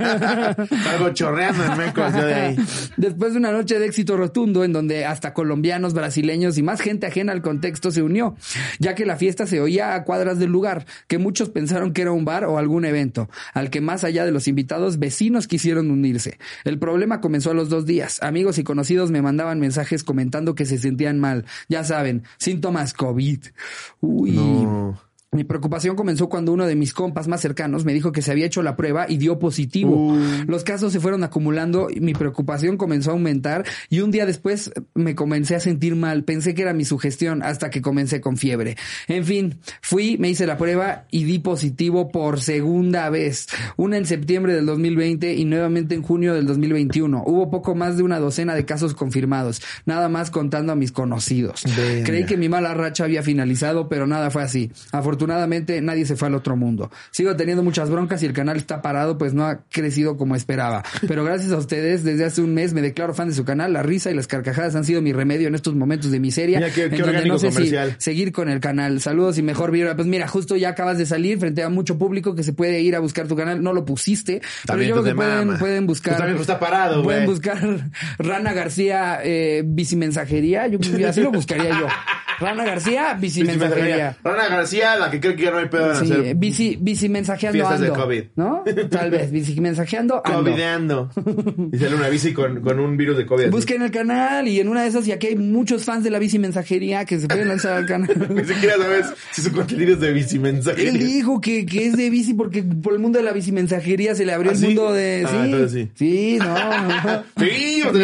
S2: Salgo chorreando en mecos yo de ahí.
S1: Después de una noche de éxito rotundo en donde hasta colombianos, brasileños y más gente ajena al contexto se unió, ya que la fiesta se oía a cuadras del lugar, que muchos pensaron que era un bar o algún evento, al que más allá de los invitados, vecinos quisieron unirse. El problema comenzó a los 2 días. Amigos y conocidos me mandaban mensajes comentando que se sentían mal. Ya saben, síntomas COVID. Uy.
S2: No.
S1: Mi preocupación comenzó cuando uno de mis compas más cercanos me dijo que se había hecho la prueba y dio positivo. Los casos se fueron acumulando y mi preocupación comenzó a aumentar y un día después me comencé a sentir mal. Pensé que era mi sugestión hasta que comencé con fiebre. En fin, fui, me hice la prueba y di positivo por segunda vez. Una en septiembre del 2020 y nuevamente en junio del 2021. Hubo poco más de una docena de casos confirmados, nada más contando a mis conocidos.
S2: Venga.
S1: Creí que mi mala racha había finalizado, pero nada fue así. Afortunadamente nadie se fue al otro mundo. Sigo teniendo muchas broncas y el canal está parado, pues no ha crecido como esperaba. Pero gracias a ustedes, desde hace un mes me declaro fan de su canal. La risa y las carcajadas han sido mi remedio en estos momentos de miseria.
S2: Mira, qué
S1: en donde
S2: orgánico
S1: no sé
S2: comercial.
S1: si seguir con el canal. Saludos y mejor vibra. Pues mira, justo ya acabas de salir frente a mucho público que se puede ir a buscar tu canal. No lo pusiste,
S2: También
S1: pero yo creo
S2: pues,
S1: que pueden buscar.
S2: Pues también está parado,
S1: Pueden
S2: güey.
S1: buscar Rana García bicimensajería. Yo así lo buscaría yo. Rana García, bicimensajería.
S2: Rana García, la que cree que ya no hay pedo en
S1: Sí,
S2: hacer
S1: bicimensajeando
S2: fiestas de
S1: ando,
S2: COVID.
S1: ¿no? Tal vez, bicimensajeando ando.
S2: covideando. Y sale una bici con un virus de COVID.
S1: Busquen el canal y en una de esas, y aquí hay muchos fans de la bicimensajería que se pueden lanzar al canal.
S2: Ni siquiera sabes si su contenido es de bici mensaje.
S1: Él dijo que es de bici porque por el mundo de la bicimensajería se le abrió
S2: ¿Ah,
S1: el
S2: sí?
S1: mundo de...
S2: Ah,
S1: sí,
S2: entonces sí.
S1: Sí, no.
S2: Sí, o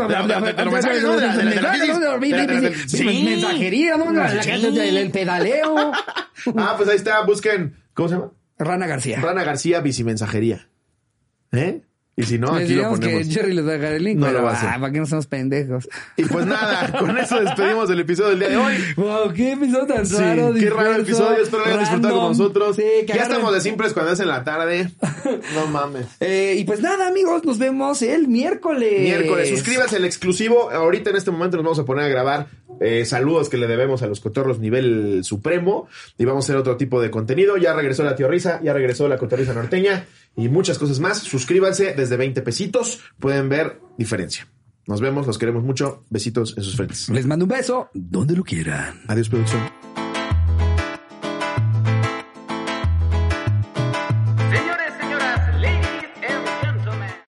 S2: sea,
S1: mensajería, ¿no? El pedaleo.
S2: Ah, pues ahí está, busquen, ¿cómo se llama?
S1: Rana García.
S2: Rana García Bicimensajería. ¿Eh? Y si no,
S1: Les
S2: aquí lo
S1: digamos
S2: ponemos.
S1: que Jerry les va a dejar el link.
S2: No
S1: pero,
S2: lo va a hacer.
S1: ¿para qué no somos pendejos?
S2: Y pues nada, con eso despedimos el episodio del día de hoy.
S1: Wow, qué episodio tan
S2: Sí,
S1: raro.
S2: qué raro el
S1: disperso,
S2: episodio. Espero lo hayan disfrutado con
S1: random.
S2: nosotros.
S1: Sí, que
S2: ya
S1: agarren-
S2: estamos de simples cuando es en la tarde. No mames.
S1: Y pues nada, amigos, nos vemos el miércoles.
S2: Suscríbanse al exclusivo. Ahorita en este momento nos vamos a poner a grabar saludos que le debemos a los cotorros nivel supremo. Y vamos a hacer otro tipo de contenido. Ya regresó la tío Risa, ya regresó la cotorriza norteña y muchas cosas más. Suscríbanse desde 20 pesitos. Pueden ver diferencia. Nos vemos, los queremos mucho. Besitos en sus frentes.
S1: Les mando un beso donde lo quieran.
S2: Adiós, producción.